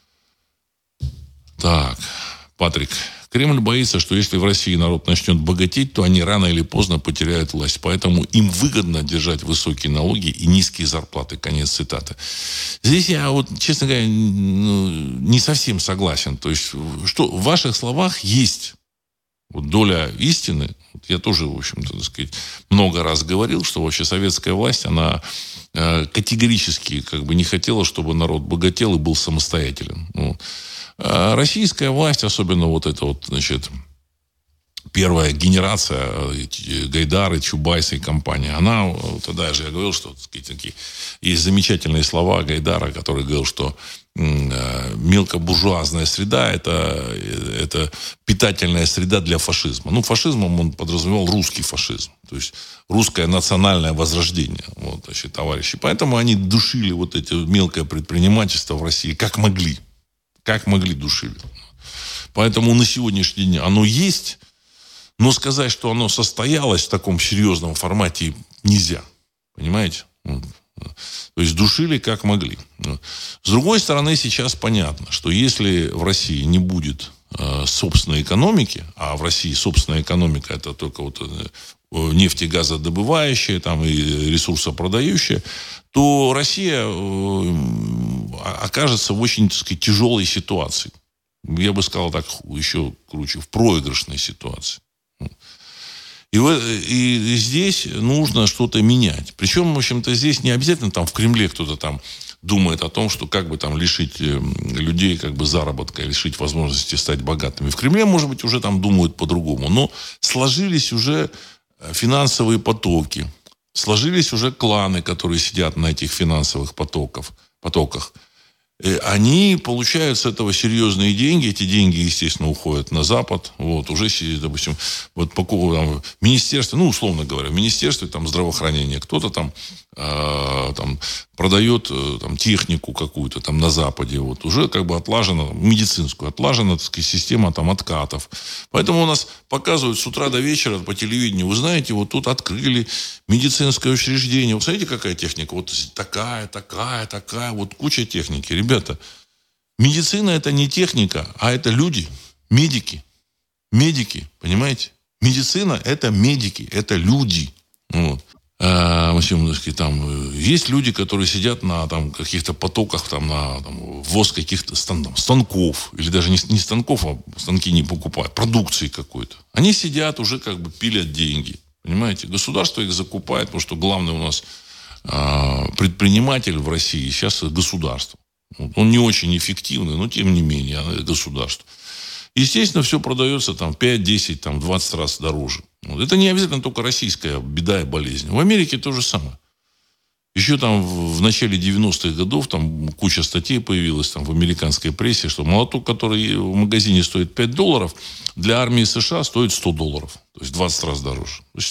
Так, Патрик. Кремль боится, что если в России народ начнет богатеть, то они рано или поздно потеряют власть. Поэтому им выгодно держать высокие налоги и низкие зарплаты. Конец цитаты. Здесь я, вот, честно говоря, не совсем согласен. То есть, что в ваших словах есть вот доля истины. Вот я тоже, в общем-то, так сказать, много раз говорил, что вообще советская власть, она э, категорически как бы не хотела, чтобы народ богател и был самостоятелен. Вот. А российская власть, особенно вот эта вот, значит, первая генерация Гайдары, Чубайса и компания, она, тогда же я говорил, что, так сказать, такие, есть замечательные слова Гайдара, который говорил, что мелкобуржуазная среда это, это питательная среда для фашизма. Ну, фашизмом он подразумевал русский фашизм. То есть русское национальное возрождение. Вот, значит, товарищи. Поэтому они душили вот это мелкое предпринимательство в России как могли. Как могли душили. Поэтому на сегодняшний день оно есть, но сказать, что оно состоялось в таком серьезном формате, нельзя. Понимаете? То есть душили как могли. С другой стороны, сейчас понятно, что если в России не будет э, собственной экономики, а в России собственная экономика это только вот э, нефть и газодобывающая, там, и ресурсопродающая, то Россия э, окажется в очень, так сказать, тяжелой ситуации. Я бы сказал так, еще круче, в проигрышной ситуации. И, и, и здесь нужно что-то менять. Причем, в общем-то, здесь не обязательно там в Кремле кто-то там думает о том, что как бы там лишить людей как бы заработка, лишить возможности стать богатыми. В Кремле, может быть, уже там думают по-другому. Но сложились уже финансовые потоки. Сложились уже кланы, которые сидят на этих финансовых потоков, потоках. Они получают с этого серьезные деньги. Эти деньги, естественно, уходят на Запад. Вот, уже, допустим, вот по там, министерству, ну, условно говоря, в министерстве там, здравоохранения кто-то там, э, там продает э, там, технику какую-то там на Западе. Вот, уже как бы отлажена, медицинскую, отлажена, так сказать, система там, откатов. Поэтому у нас показывают с утра до вечера по телевидению. Вы знаете, вот тут открыли медицинское учреждение. Вот смотрите, какая техника. Вот такая, такая, такая. Вот куча техники. Ребята, медицина это не техника, а это люди, медики. Медики, понимаете? Медицина это медики, это люди. Вот. А, в общем, там, есть люди, которые сидят на там, каких-то потоках, там, на там, ввоз каких-то стан, станков, или даже не, не станков, а станки не покупают, продукции какой-то. Они сидят, уже как бы пилят деньги. Понимаете? Государство их закупает, потому что главный у нас а, предприниматель в России сейчас государство. Он не очень эффективный, но тем не менее государство. Естественно, все продается там пять, десять, там, двадцать раз дороже. Вот. Это не обязательно только российская беда и болезнь. В Америке то же самое. Еще там в начале девяностых годов там куча статей появилась там, в американской прессе, что молоток, который в магазине стоит пять долларов, для армии США стоит сто долларов. То есть двадцать раз дороже. То есть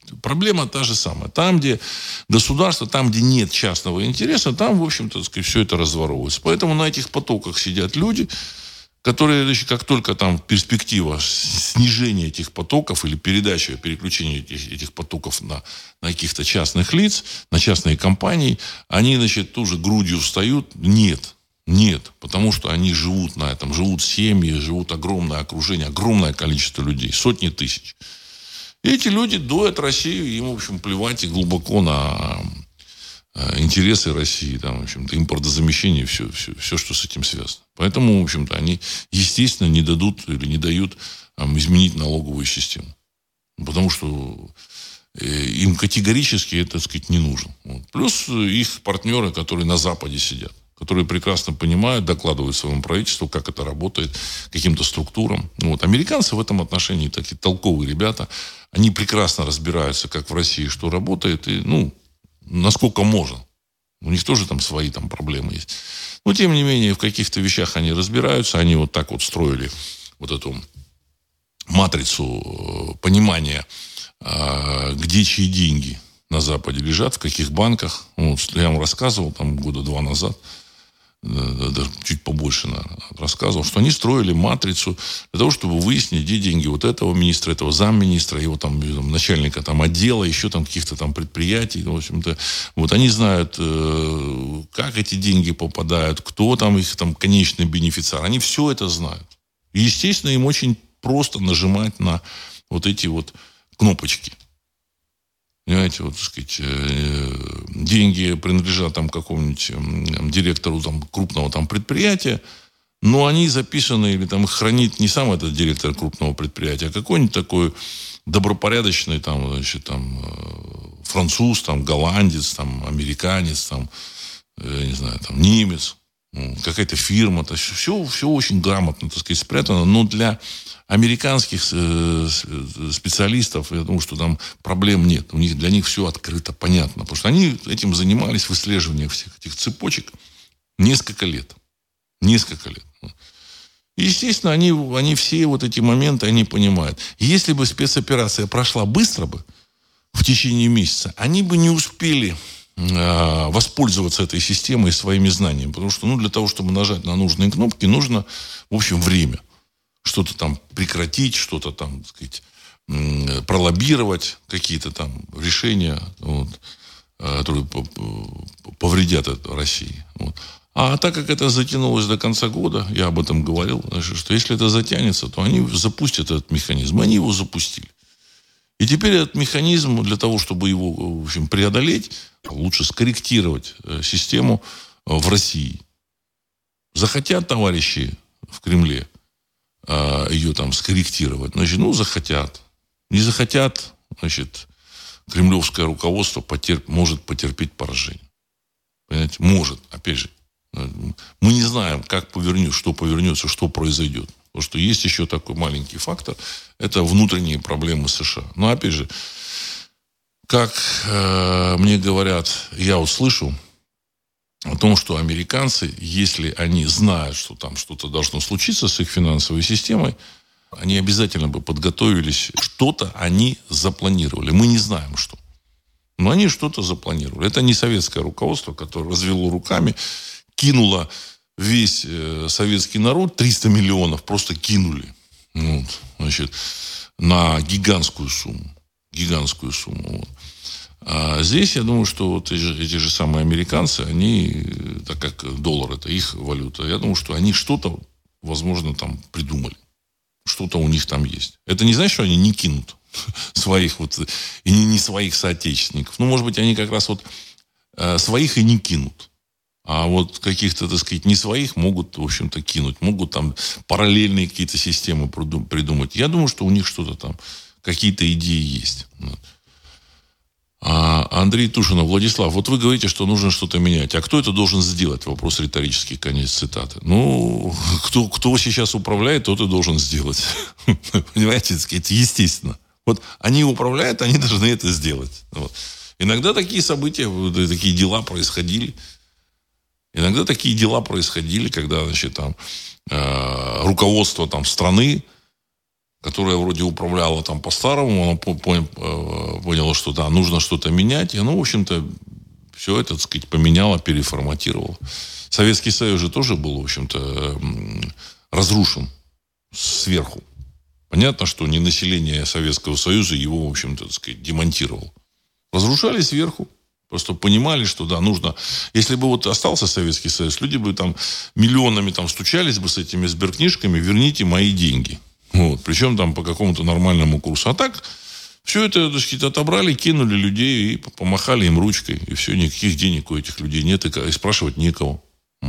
Проблема та же самая. Там, где государство, там, где нет частного интереса, там, в общем-то, так сказать, все это разворовывается. Поэтому на этих потоках сидят люди, которые, значит, как только там перспектива снижения этих потоков или передачи, переключения этих, этих потоков на, на каких-то частных лиц, на частные компании, они, значит, тоже грудью встают. Нет. Нет. Потому что они живут на этом. Живут семьи, живут огромное окружение, огромное количество людей. Сотни тысяч. И эти люди дуют Россию, им, в общем, плевать и глубоко на интересы России, там, в общем-то, импортозамещение, все, все, все, что с этим связано. Поэтому, в общем-то, они, естественно, не дадут или не дают там, изменить налоговую систему. Потому что им категорически это, так сказать, не нужно. Вот. Плюс их партнеры, которые на Западе сидят, которые прекрасно понимают, докладывают своему правительству, как это работает, каким-то структурам. Вот. Американцы в этом отношении такие толковые ребята. Они прекрасно разбираются, как в России что работает, и, ну, насколько можно. У них тоже там свои там проблемы есть. Но, тем не менее, в каких-то вещах они разбираются. Они вот так вот строили вот эту матрицу понимания, где чьи деньги на Западе лежат, в каких банках. Вот, я вам рассказывал там года два назад, даже чуть побольше, наверное, рассказывал, что они строили матрицу для того, чтобы выяснить, где деньги вот этого министра, этого замминистра, его там, там начальника там, отдела, еще там каких-то там предприятий. В общем-то, вот они знают, э, как эти деньги попадают, кто там их там конечный бенефициар. Они все это знают. И, естественно, им очень просто нажимать на вот эти вот кнопочки. Понимаете, вот, так сказать, деньги принадлежат там какому-нибудь там, директору там, крупного там, предприятия, но они записаны, или там их хранит не сам этот директор крупного предприятия, а какой-нибудь такой добропорядочный там, значит, там, француз, там, голландец, там, американец, там, я не знаю, там, немец, какая-то фирма. То есть все, все очень грамотно, так сказать, спрятано, но для американских специалистов, я думаю, что там проблем нет. У них, для них все открыто, понятно. Потому что они этим занимались, выслеживанием всех этих цепочек несколько лет. Несколько лет. И, естественно, они, они все вот эти моменты, они понимают. Если бы спецоперация прошла быстро бы, в течение месяца, они бы не успели э, воспользоваться этой системой и своими знаниями. Потому что, ну, для того, чтобы нажать на нужные кнопки, нужно, в общем, время. Что-то там прекратить, что-то там, так сказать, пролоббировать, какие-то там решения, вот, которые повредят России. Вот. А так как это затянулось до конца года, я об этом говорил, значит, что если это затянется, то они запустят этот механизм. Они его запустили. И теперь этот механизм, для того, чтобы его, в общем, преодолеть, лучше скорректировать систему в России. Захотят товарищи в Кремле ее там скорректировать, значит, ну, захотят. Не захотят, значит, кремлевское руководство потерп, может потерпеть поражение. Понимаете? Может. Опять же, мы не знаем, как повернется, что повернется, что произойдет. Потому что есть еще такой маленький фактор. Это внутренние проблемы США. Но, опять же, как э, мне говорят, я услышу о том, что американцы, если они знают, что там что-то должно случиться с их финансовой системой, они обязательно бы подготовились, что-то они запланировали. Мы не знаем, что. Но они что-то запланировали. Это не советское руководство, которое развело руками, кинуло весь э, советский народ, триста миллионов просто кинули. Вот, значит, на гигантскую сумму. Гигантскую сумму. Вот. А здесь, я думаю, что вот эти, эти же самые американцы, они, так как доллар это их валюта, я думаю, что они что-то, возможно, там придумали. Что-то у них там есть. Это не значит, что они не кинут своих вот, и не, не своих соотечественников. Ну, может быть, они как раз вот э, своих и не кинут. А вот каких-то, так сказать, не своих могут, в общем-то, кинуть. Могут там параллельные какие-то системы придумать. Я думаю, что у них что-то там, какие-то идеи есть. А Андрей Тушинов: Владислав, вот вы говорите, что нужно что-то менять. А кто это должен сделать? Вопрос риторический, конец цитаты. Ну, кто, кто сейчас управляет, тот и должен сделать. Понимаете, так сказать, естественно. Вот они управляют, они должны это сделать. Вот. Иногда такие события, такие дела происходили. Иногда такие дела происходили, когда, значит, там, э, руководство там, страны которая вроде управляла там по-старому, она поняла, что да, нужно что-то менять, и она, в общем-то, все это, так сказать, поменяла, переформатировала. Советский Союз же тоже был, в общем-то, разрушен сверху. Понятно, что не население Советского Союза его, в общем-то, так сказать, демонтировало. Разрушали сверху. Просто понимали, что да, нужно... Если бы вот остался Советский Союз, люди бы там миллионами там стучались бы с этими сберкнижками: верните мои деньги. Вот. Причем там по какому-то нормальному курсу. А так все это, так сказать, отобрали, кинули людей и помахали им ручкой. И все, никаких денег у этих людей нет, и спрашивать некого.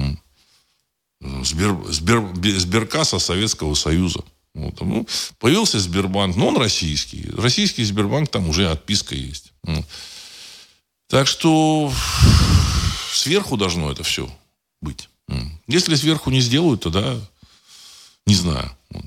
Сбер, Сбер, Сберкасса Советского Союза. Вот. Ну, появился Сбербанк, но он российский. Российский Сбербанк, там уже отписка есть. Вот. Так что сверху должно это все быть. Если сверху не сделают, тогда не знаю. Вот.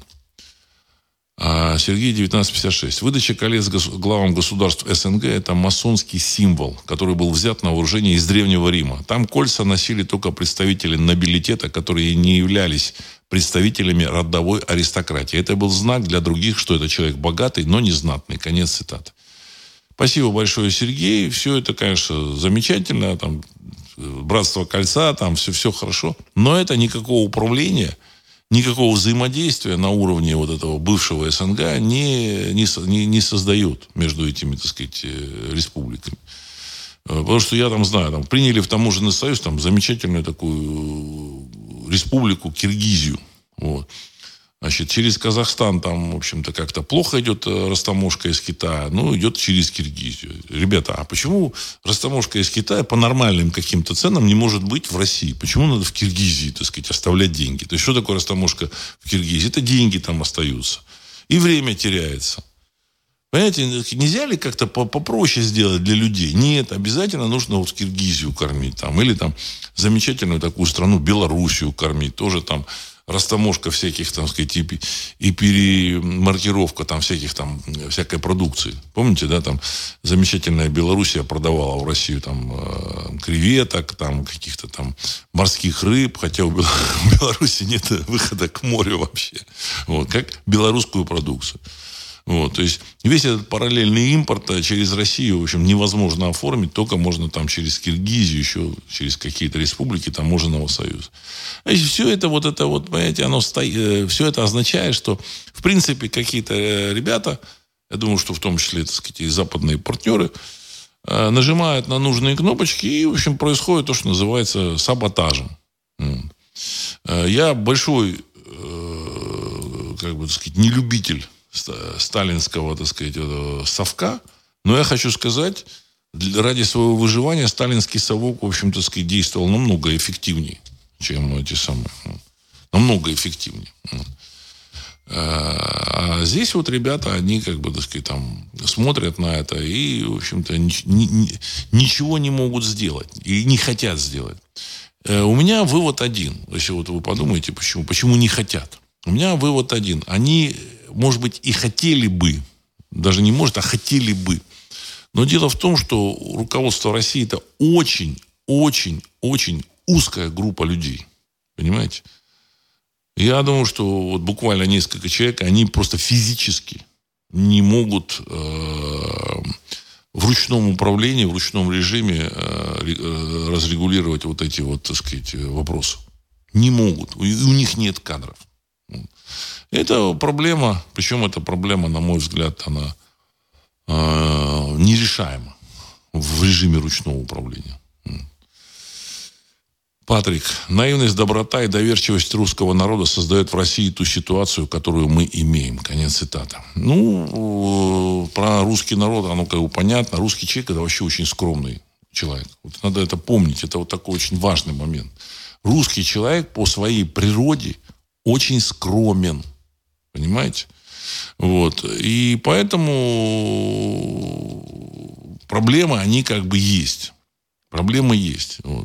А Сергей, девятнадцать пятьдесят шесть. Выдача колец главам государств СНГ – это масонский символ, который был взят на вооружение из Древнего Рима. Там кольца носили только представители нобилитета, которые не являлись представителями родовой аристократии. Это был знак для других, что это человек богатый, но не знатный. Конец цитаты. Спасибо большое, Сергей. Все это, конечно, замечательно. Там, братство кольца, там все, все хорошо. Но это никакого управления, никакого взаимодействия на уровне вот этого бывшего СНГ не, не, не создает между этими, так сказать, республиками. Потому что я там знаю, там приняли в таможенный союз там замечательную такую республику Киргизию. Вот. Значит, через Казахстан там, в общем-то, как-то плохо идет растаможка из Китая. Ну, идет через Киргизию. Ребята, а почему растаможка из Китая по нормальным каким-то ценам не может быть в России? Почему надо в Киргизии, так сказать, оставлять деньги? То есть, что такое растаможка в Киргизии? Это деньги там остаются. И время теряется. Понимаете, нельзя ли как-то попроще сделать для людей? Нет, обязательно нужно вот Киргизию кормить. Там, или там замечательную такую страну Белоруссию кормить. Тоже там растаможка всяких, там, сказать, и, и перемаркировка там всяких там, всякой продукции. Помните, да, там замечательная Белоруссия продавала в Россию там э, креветок, там каких-то там морских рыб, хотя у Беларуси нет выхода к морю вообще. Вот, как белорусскую продукцию. Вот, то есть весь этот параллельный импорт через Россию, в общем, невозможно оформить, только можно там через Киргизию, еще через какие-то республики таможенного союза. Значит, все это вот это вот, понимаете, оно стоит, все это означает, что в принципе какие-то ребята, я думаю, что в том числе, так сказать, и западные партнеры, нажимают на нужные кнопочки, и, в общем, происходит то, что называется саботажем. Я большой, как бы так сказать, не любитель сталинского, так сказать, совка. Но я хочу сказать, ради своего выживания сталинский совок, в общем-то, так сказать, действовал намного эффективнее, чем эти самые. Намного эффективнее. А здесь вот ребята, они, как бы, так сказать, там смотрят на это и, в общем-то, ни, ни, ничего не могут сделать. И не хотят сделать. У меня вывод один. Если вот вы подумаете, почему, почему не хотят. У меня вывод один. Они, может быть, и хотели бы, даже не может, а хотели бы. Но дело в том, что руководство России – это очень, очень, очень узкая группа людей. Понимаете? Я думаю, что вот буквально несколько человек, они просто физически не могут э, в ручном управлении, в ручном режиме э, разрегулировать вот эти вот, так сказать, вопросы. Не могут. У, у них нет кадров. Это проблема, причем эта проблема, на мой взгляд, она э, нерешаема в режиме ручного управления. Патрик, наивность, доброта и доверчивость русского народа создает в России ту ситуацию, которую мы имеем. Конец цитаты. Ну, про русский народ, оно как бы понятно. Русский человек – это вообще очень скромный человек. Вот надо это помнить. Это вот такой очень важный момент. Русский человек по своей природе очень скромен. Понимаете? Вот. И поэтому проблемы, они как бы есть. Проблемы есть. Вот.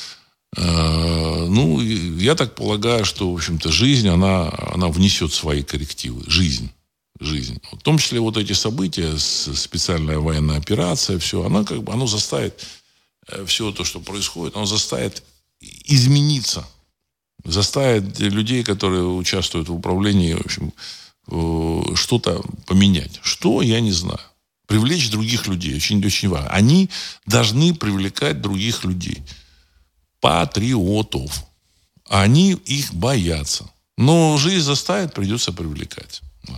Ну, я так полагаю, что, в общем-то, жизнь, она, она внесет свои коррективы. Жизнь. Жизнь. В том числе вот эти события, специальная военная операция, все, она как бы, оно заставит, все то, что происходит, оно заставит измениться. Заставит людей, которые участвуют в управлении, в общем, э, что-то поменять. Что, я не знаю. Привлечь других людей. Очень-очень важно. Они должны привлекать других людей. Патриотов. Они их боятся. Но жизнь заставит, придется привлекать.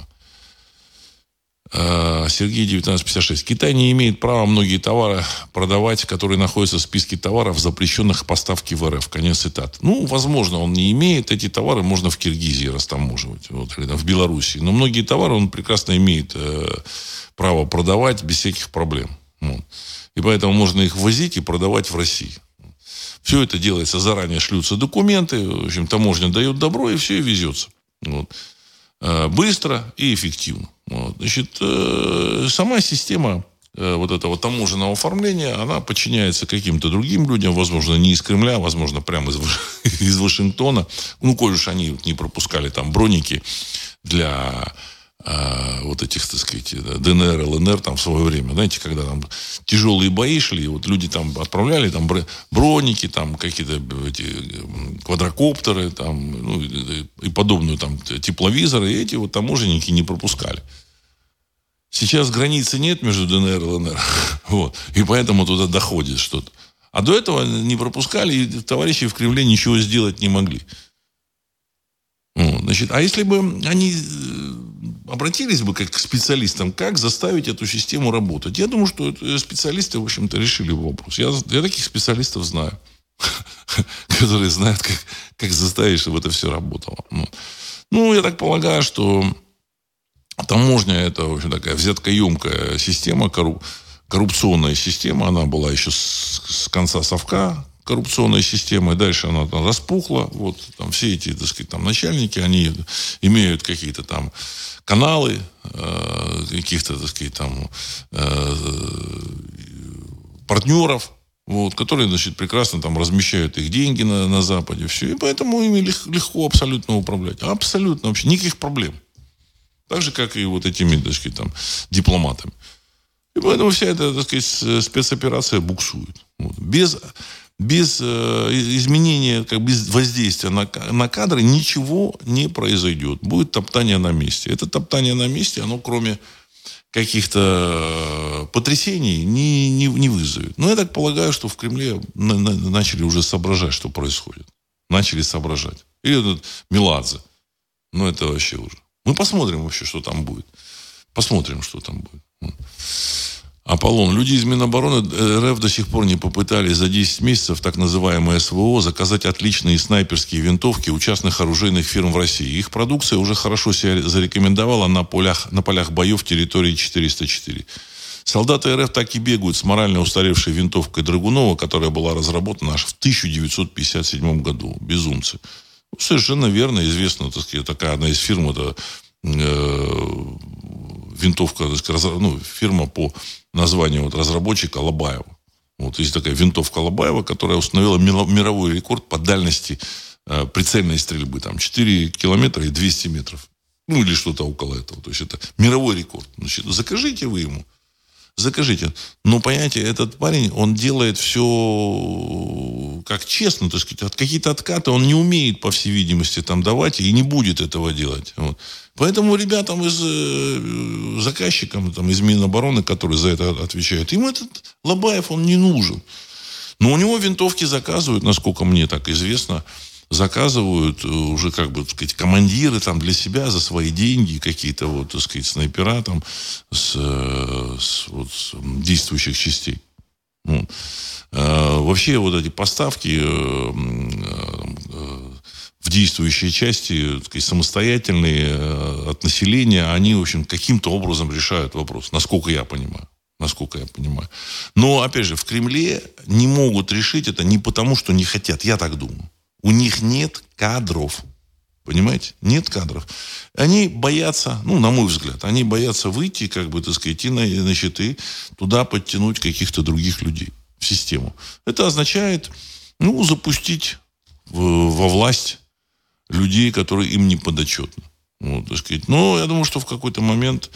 Сергей, девятнадцать пятьдесят шесть. Китай не имеет права многие товары продавать, которые находятся в списке товаров, запрещенных к поставке в РФ. Конец цитаты. Ну, возможно, он не имеет. Эти товары можно в Киргизии растаможивать. Вот, или там, в Белоруссии. Но многие товары он прекрасно имеет э, право продавать без всяких проблем. Вот. И поэтому можно их возить и продавать в России. Все это делается заранее, шлются документы. В общем, таможня дает добро, и все, и везется. Вот. Быстро и эффективно. Вот. Значит, сама система вот этого таможенного оформления, она подчиняется каким-то другим людям, возможно, не из Кремля, возможно, прямо из, из Вашингтона. Ну, коль уж они не пропускали там броники для а, вот этих, так сказать, ДНР, ЛНР там в свое время. Знаете, когда там тяжелые бои шли, вот люди там отправляли там броники, там какие-то эти квадрокоптеры, там, ну, и подобную там тепловизоры, и эти вот таможенники не пропускали. Сейчас границы нет между ДНР и ЛНР. Вот. И поэтому туда доходит что-то. А до этого не пропускали, и товарищи в Кремле ничего сделать не могли. Вот. Значит, а если бы они обратились бы как к специалистам, как заставить эту систему работать? Я думаю, что специалисты, в общем-то, решили бы вопрос. Я, я таких специалистов знаю, которые знают, как, как заставить, чтобы это все работало. Ну, я так полагаю, что таможня – это, в общем, такая взяткоемкая система, коррупционная система. Она была еще с, с конца совка коррупционной системы. И дальше она там распухла. Вот там все эти, так сказать, там начальники, они имеют какие-то там каналы, э, каких-то, так сказать, там э, партнеров, вот, которые, значит, прекрасно там размещают их деньги на, на Западе. Все. И поэтому ими легко абсолютно управлять. Абсолютно вообще. Никаких проблем. Так же, как и вот этими, так сказать, там, дипломатами. И поэтому вся эта, так сказать, спецоперация буксует. Вот. Без, без э, изменения, как без воздействия на, на кадры ничего не произойдет. Будет топтание на месте. Это топтание на месте, оно кроме каких-то потрясений не, не, не вызовет. Но я так полагаю, что в Кремле на, на, начали уже соображать, что происходит. Начали соображать. И этот Меладзе. Ну, это вообще уже. Мы посмотрим вообще, что там будет. Посмотрим, что там будет. Аполлон. Люди из Минобороны РФ до сих пор не попытались за десять месяцев так называемое СВО заказать отличные снайперские винтовки у частных оружейных фирм в России. Их продукция уже хорошо себя зарекомендовала на полях, на полях боев территории четыреста четыре. Солдаты РФ так и бегают с морально устаревшей винтовкой Драгунова, которая была разработана аж в тысяча девятьсот пятьдесят седьмом году. Безумцы. Совершенно верно, известно, так сказать, такая одна из фирм, это э, винтовка, так сказать, раз, ну, фирма по названию вот, разработчика Лобаева. Вот есть такая винтовка Лобаева, которая установила мировой рекорд по дальности э, прицельной стрельбы. Там четыре километра и двести метров. Ну, или что-то около этого. То есть это мировой рекорд. Значит, закажите вы ему. Закажите. Но, понимаете, этот парень, он делает все как честно, так сказать, какие-то откаты он не умеет, по всей видимости, там давать и не будет этого делать. Вот. Поэтому ребятам из э, заказчикам, там, из Минобороны, которые за это отвечают, им этот Лобаев, он не нужен. Но у него винтовки заказывают, насколько мне так известно, заказывают уже, как бы, так сказать, командиры там для себя за свои деньги, какие-то вот, так сказать, снайпера там с, с, вот, с действующих частей. Ну, э, вообще вот эти поставки э, э, в действующие части, так сказать, самостоятельные э, от населения, они, в общем, каким-то образом решают вопрос, насколько я понимаю. Насколько я понимаю. Но, опять же, в Кремле не могут решить это не потому, что не хотят. Я так думаю. У них нет кадров. Понимаете? Нет кадров. Они боятся, ну, на мой взгляд, они боятся выйти, как бы, так сказать, и, значит, и туда подтянуть каких-то других людей в систему. Это означает, ну, запустить в, во власть людей, которые им не подотчетны. Вот, так сказать. Но я думаю, что в какой-то момент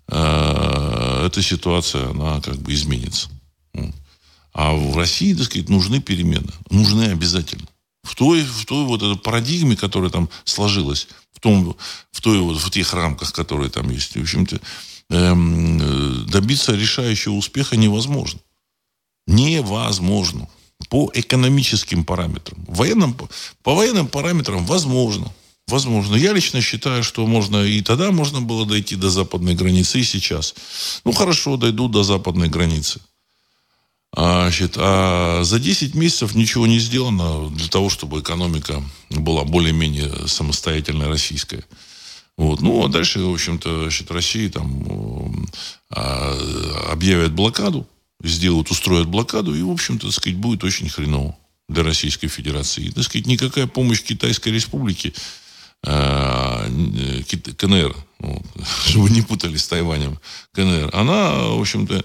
э, эта ситуация, она как бы изменится. Вот. А в России, так сказать, нужны перемены. Нужны обязательно. В той, в той вот этой парадигме, которая там сложилась, в, том, в, той, вот, в тех рамках, которые там есть. В общем-то, эм, добиться решающего успеха невозможно. Невозможно. По экономическим параметрам. Военным, по военным параметрам возможно. Возможно. Я лично считаю, что можно и тогда можно было дойти до западной границы, и сейчас. Ну, хорошо, дойду до западной границы. А, значит, а за десять месяцев ничего не сделано для того, чтобы экономика была более-менее самостоятельная российская. Вот. Ну, а дальше, в общем-то, значит, Россия там а, объявит блокаду, сделают, устроят блокаду, и, в общем-то, так сказать, будет очень хреново для Российской Федерации. И, так сказать, никакая помощь Китайской Республике, а, КНР, вот, чтобы не путали с Тайванем, КНР, она, в общем-то,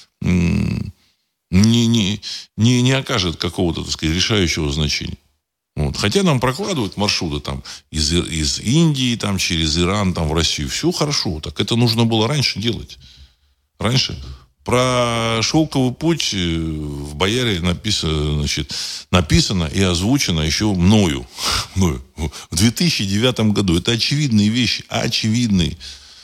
не, не, не, не окажет какого-то, так сказать, решающего значения. Вот. Хотя нам прокладывают маршруты там, из, из Индии там, через Иран там, в Россию. Все хорошо. Так это нужно было раньше делать. Раньше. Про шелковый путь в Бояре написано, значит, написано и озвучено еще мною. мною в две тысячи девятом году. Это очевидные вещи. Очевидные.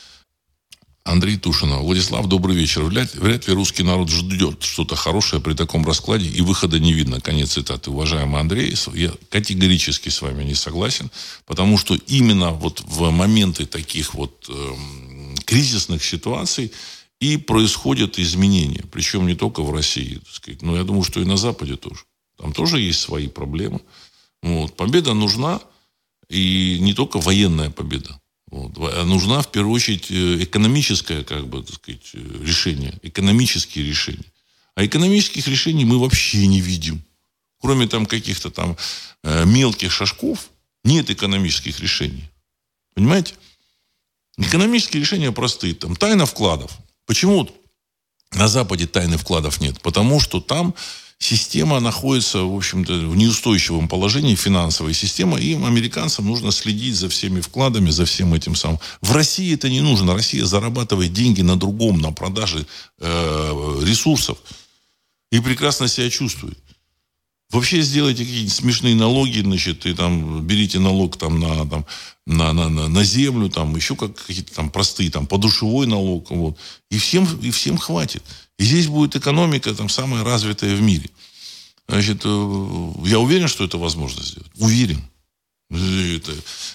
Андрей Тушинов. Владислав, добрый вечер. Вряд, вряд ли русский народ ждет что-то хорошее при таком раскладе, и выхода не видно. Конец цитаты. Уважаемый Андрей, я категорически с вами не согласен, потому что именно вот в моменты таких вот э, кризисных ситуаций и происходят изменения. Причем не только в России, так сказать, но я думаю, что и на Западе тоже. Там тоже есть свои проблемы. Вот. Победа нужна, и не только военная победа. Вот. Нужна, в первую очередь, экономическое, как бы, так сказать, решение. Экономические решения. А экономических решений мы вообще не видим. Кроме там каких-то там мелких шажков, нет экономических решений. Понимаете? Экономические решения простые. Там тайна вкладов. Почему на Западе тайны вкладов нет? Потому что там система находится, в общем-то, в неустойчивом положении, финансовая система, и им, американцам, нужно следить за всеми вкладами, за всем этим самым. В России это не нужно. Россия зарабатывает деньги на другом, на продаже э, ресурсов. И прекрасно себя чувствует. Вообще сделайте какие-нибудь смешные налоги, значит, и там берите налог там, на, там, на, на, на, на землю, там, еще как, какие-то там простые, там, подушевой налог. Вот. И, всем, и всем хватит. И здесь будет экономика там, самая развитая в мире. Значит, я уверен, что это возможно сделать. Уверен. Это,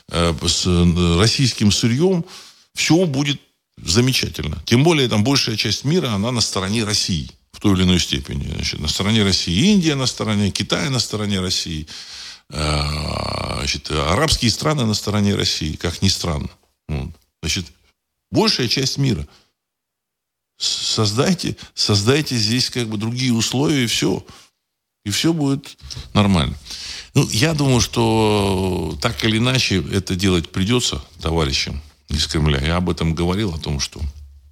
с российским сырьем все будет замечательно. Тем более, там большая часть мира, она на стороне России. В той или иной степени. Значит, на стороне России Индия, на стороне Китая, на стороне России. Значит, арабские страны на стороне России, как ни странно. Вот. Значит, большая часть мира. Создайте, создайте здесь как бы другие условия, и все. И все будет нормально. Ну, я думаю, что так или иначе это делать придется товарищам из Кремля. Я об этом говорил, о том, что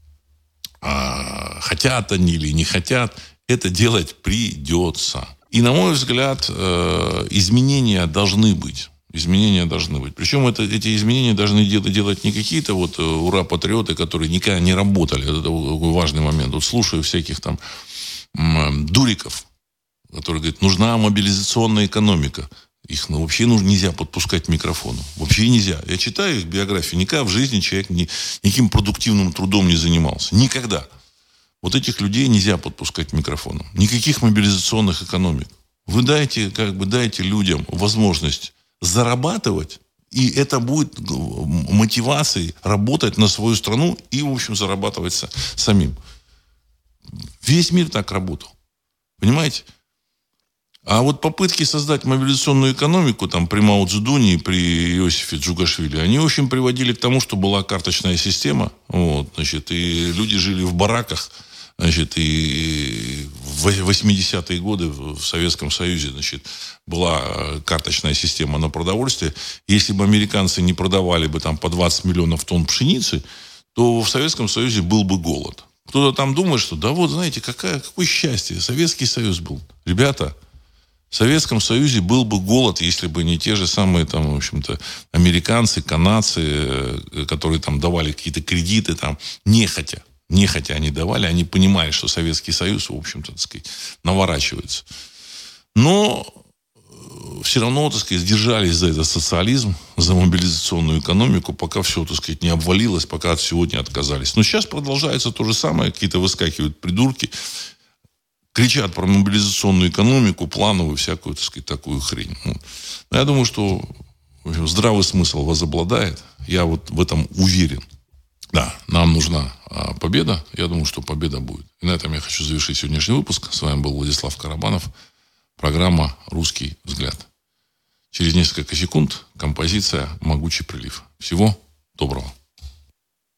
хотят они или не хотят, это делать придется. И, на мой взгляд, изменения должны быть. Изменения должны быть. Причем это, эти изменения должны делать не какие-то вот ура-патриоты, которые никогда не работали. Это такой важный момент. Вот слушаю всяких там дуриков, которые говорят, нужна мобилизационная экономика. Их ну, вообще нужно, нельзя подпускать к микрофону. Вообще нельзя. Я читаю их биографию. Никогда в жизни человек ни, никаким продуктивным трудом не занимался. Никогда. Вот этих людей нельзя подпускать к микрофону. Никаких мобилизационных экономик. Вы дайте, как бы, дайте людям возможность зарабатывать, и это будет мотивацией работать на свою страну и, в общем, зарабатывать самим. Весь мир так работал. Понимаете? А вот попытки создать мобилизационную экономику там, при Мао Цзэдуне и при Иосифе Джугашвили, они, в общем, приводили к тому, что была карточная система, вот, значит, и люди жили в бараках, значит, и в восьмидесятые годы в Советском Союзе, значит, была карточная система на продовольствие. Если бы американцы не продавали бы там по двадцать миллионов тонн пшеницы, то в Советском Союзе был бы голод. Кто-то там думает, что да вот, знаете, какая, какое счастье, Советский Союз был. Ребята, в Советском Союзе был бы голод, если бы не те же самые, там, в общем-то, американцы, канадцы, которые там давали какие-то кредиты, там, нехотя. Нехотя они давали, они понимали, что Советский Союз, в общем-то, так сказать, наворачивается. Но все равно, так сказать, держались за этот социализм, за мобилизационную экономику, пока все, так сказать, не обвалилось, пока от всего не отказались. Но сейчас продолжается то же самое. Какие-то выскакивают придурки, кричат про мобилизационную экономику, плановую, всякую, так сказать, такую хрень. Вот. Но я думаю, что в общем, здравый смысл возобладает. Я вот в этом уверен. Да, нам нужна а, победа. Я думаю, что победа будет. И на этом я хочу завершить сегодняшний выпуск. С вами был Владислав Карабанов. Программа «Русский взгляд». Через несколько секунд композиция «Могучий прилив». Всего доброго.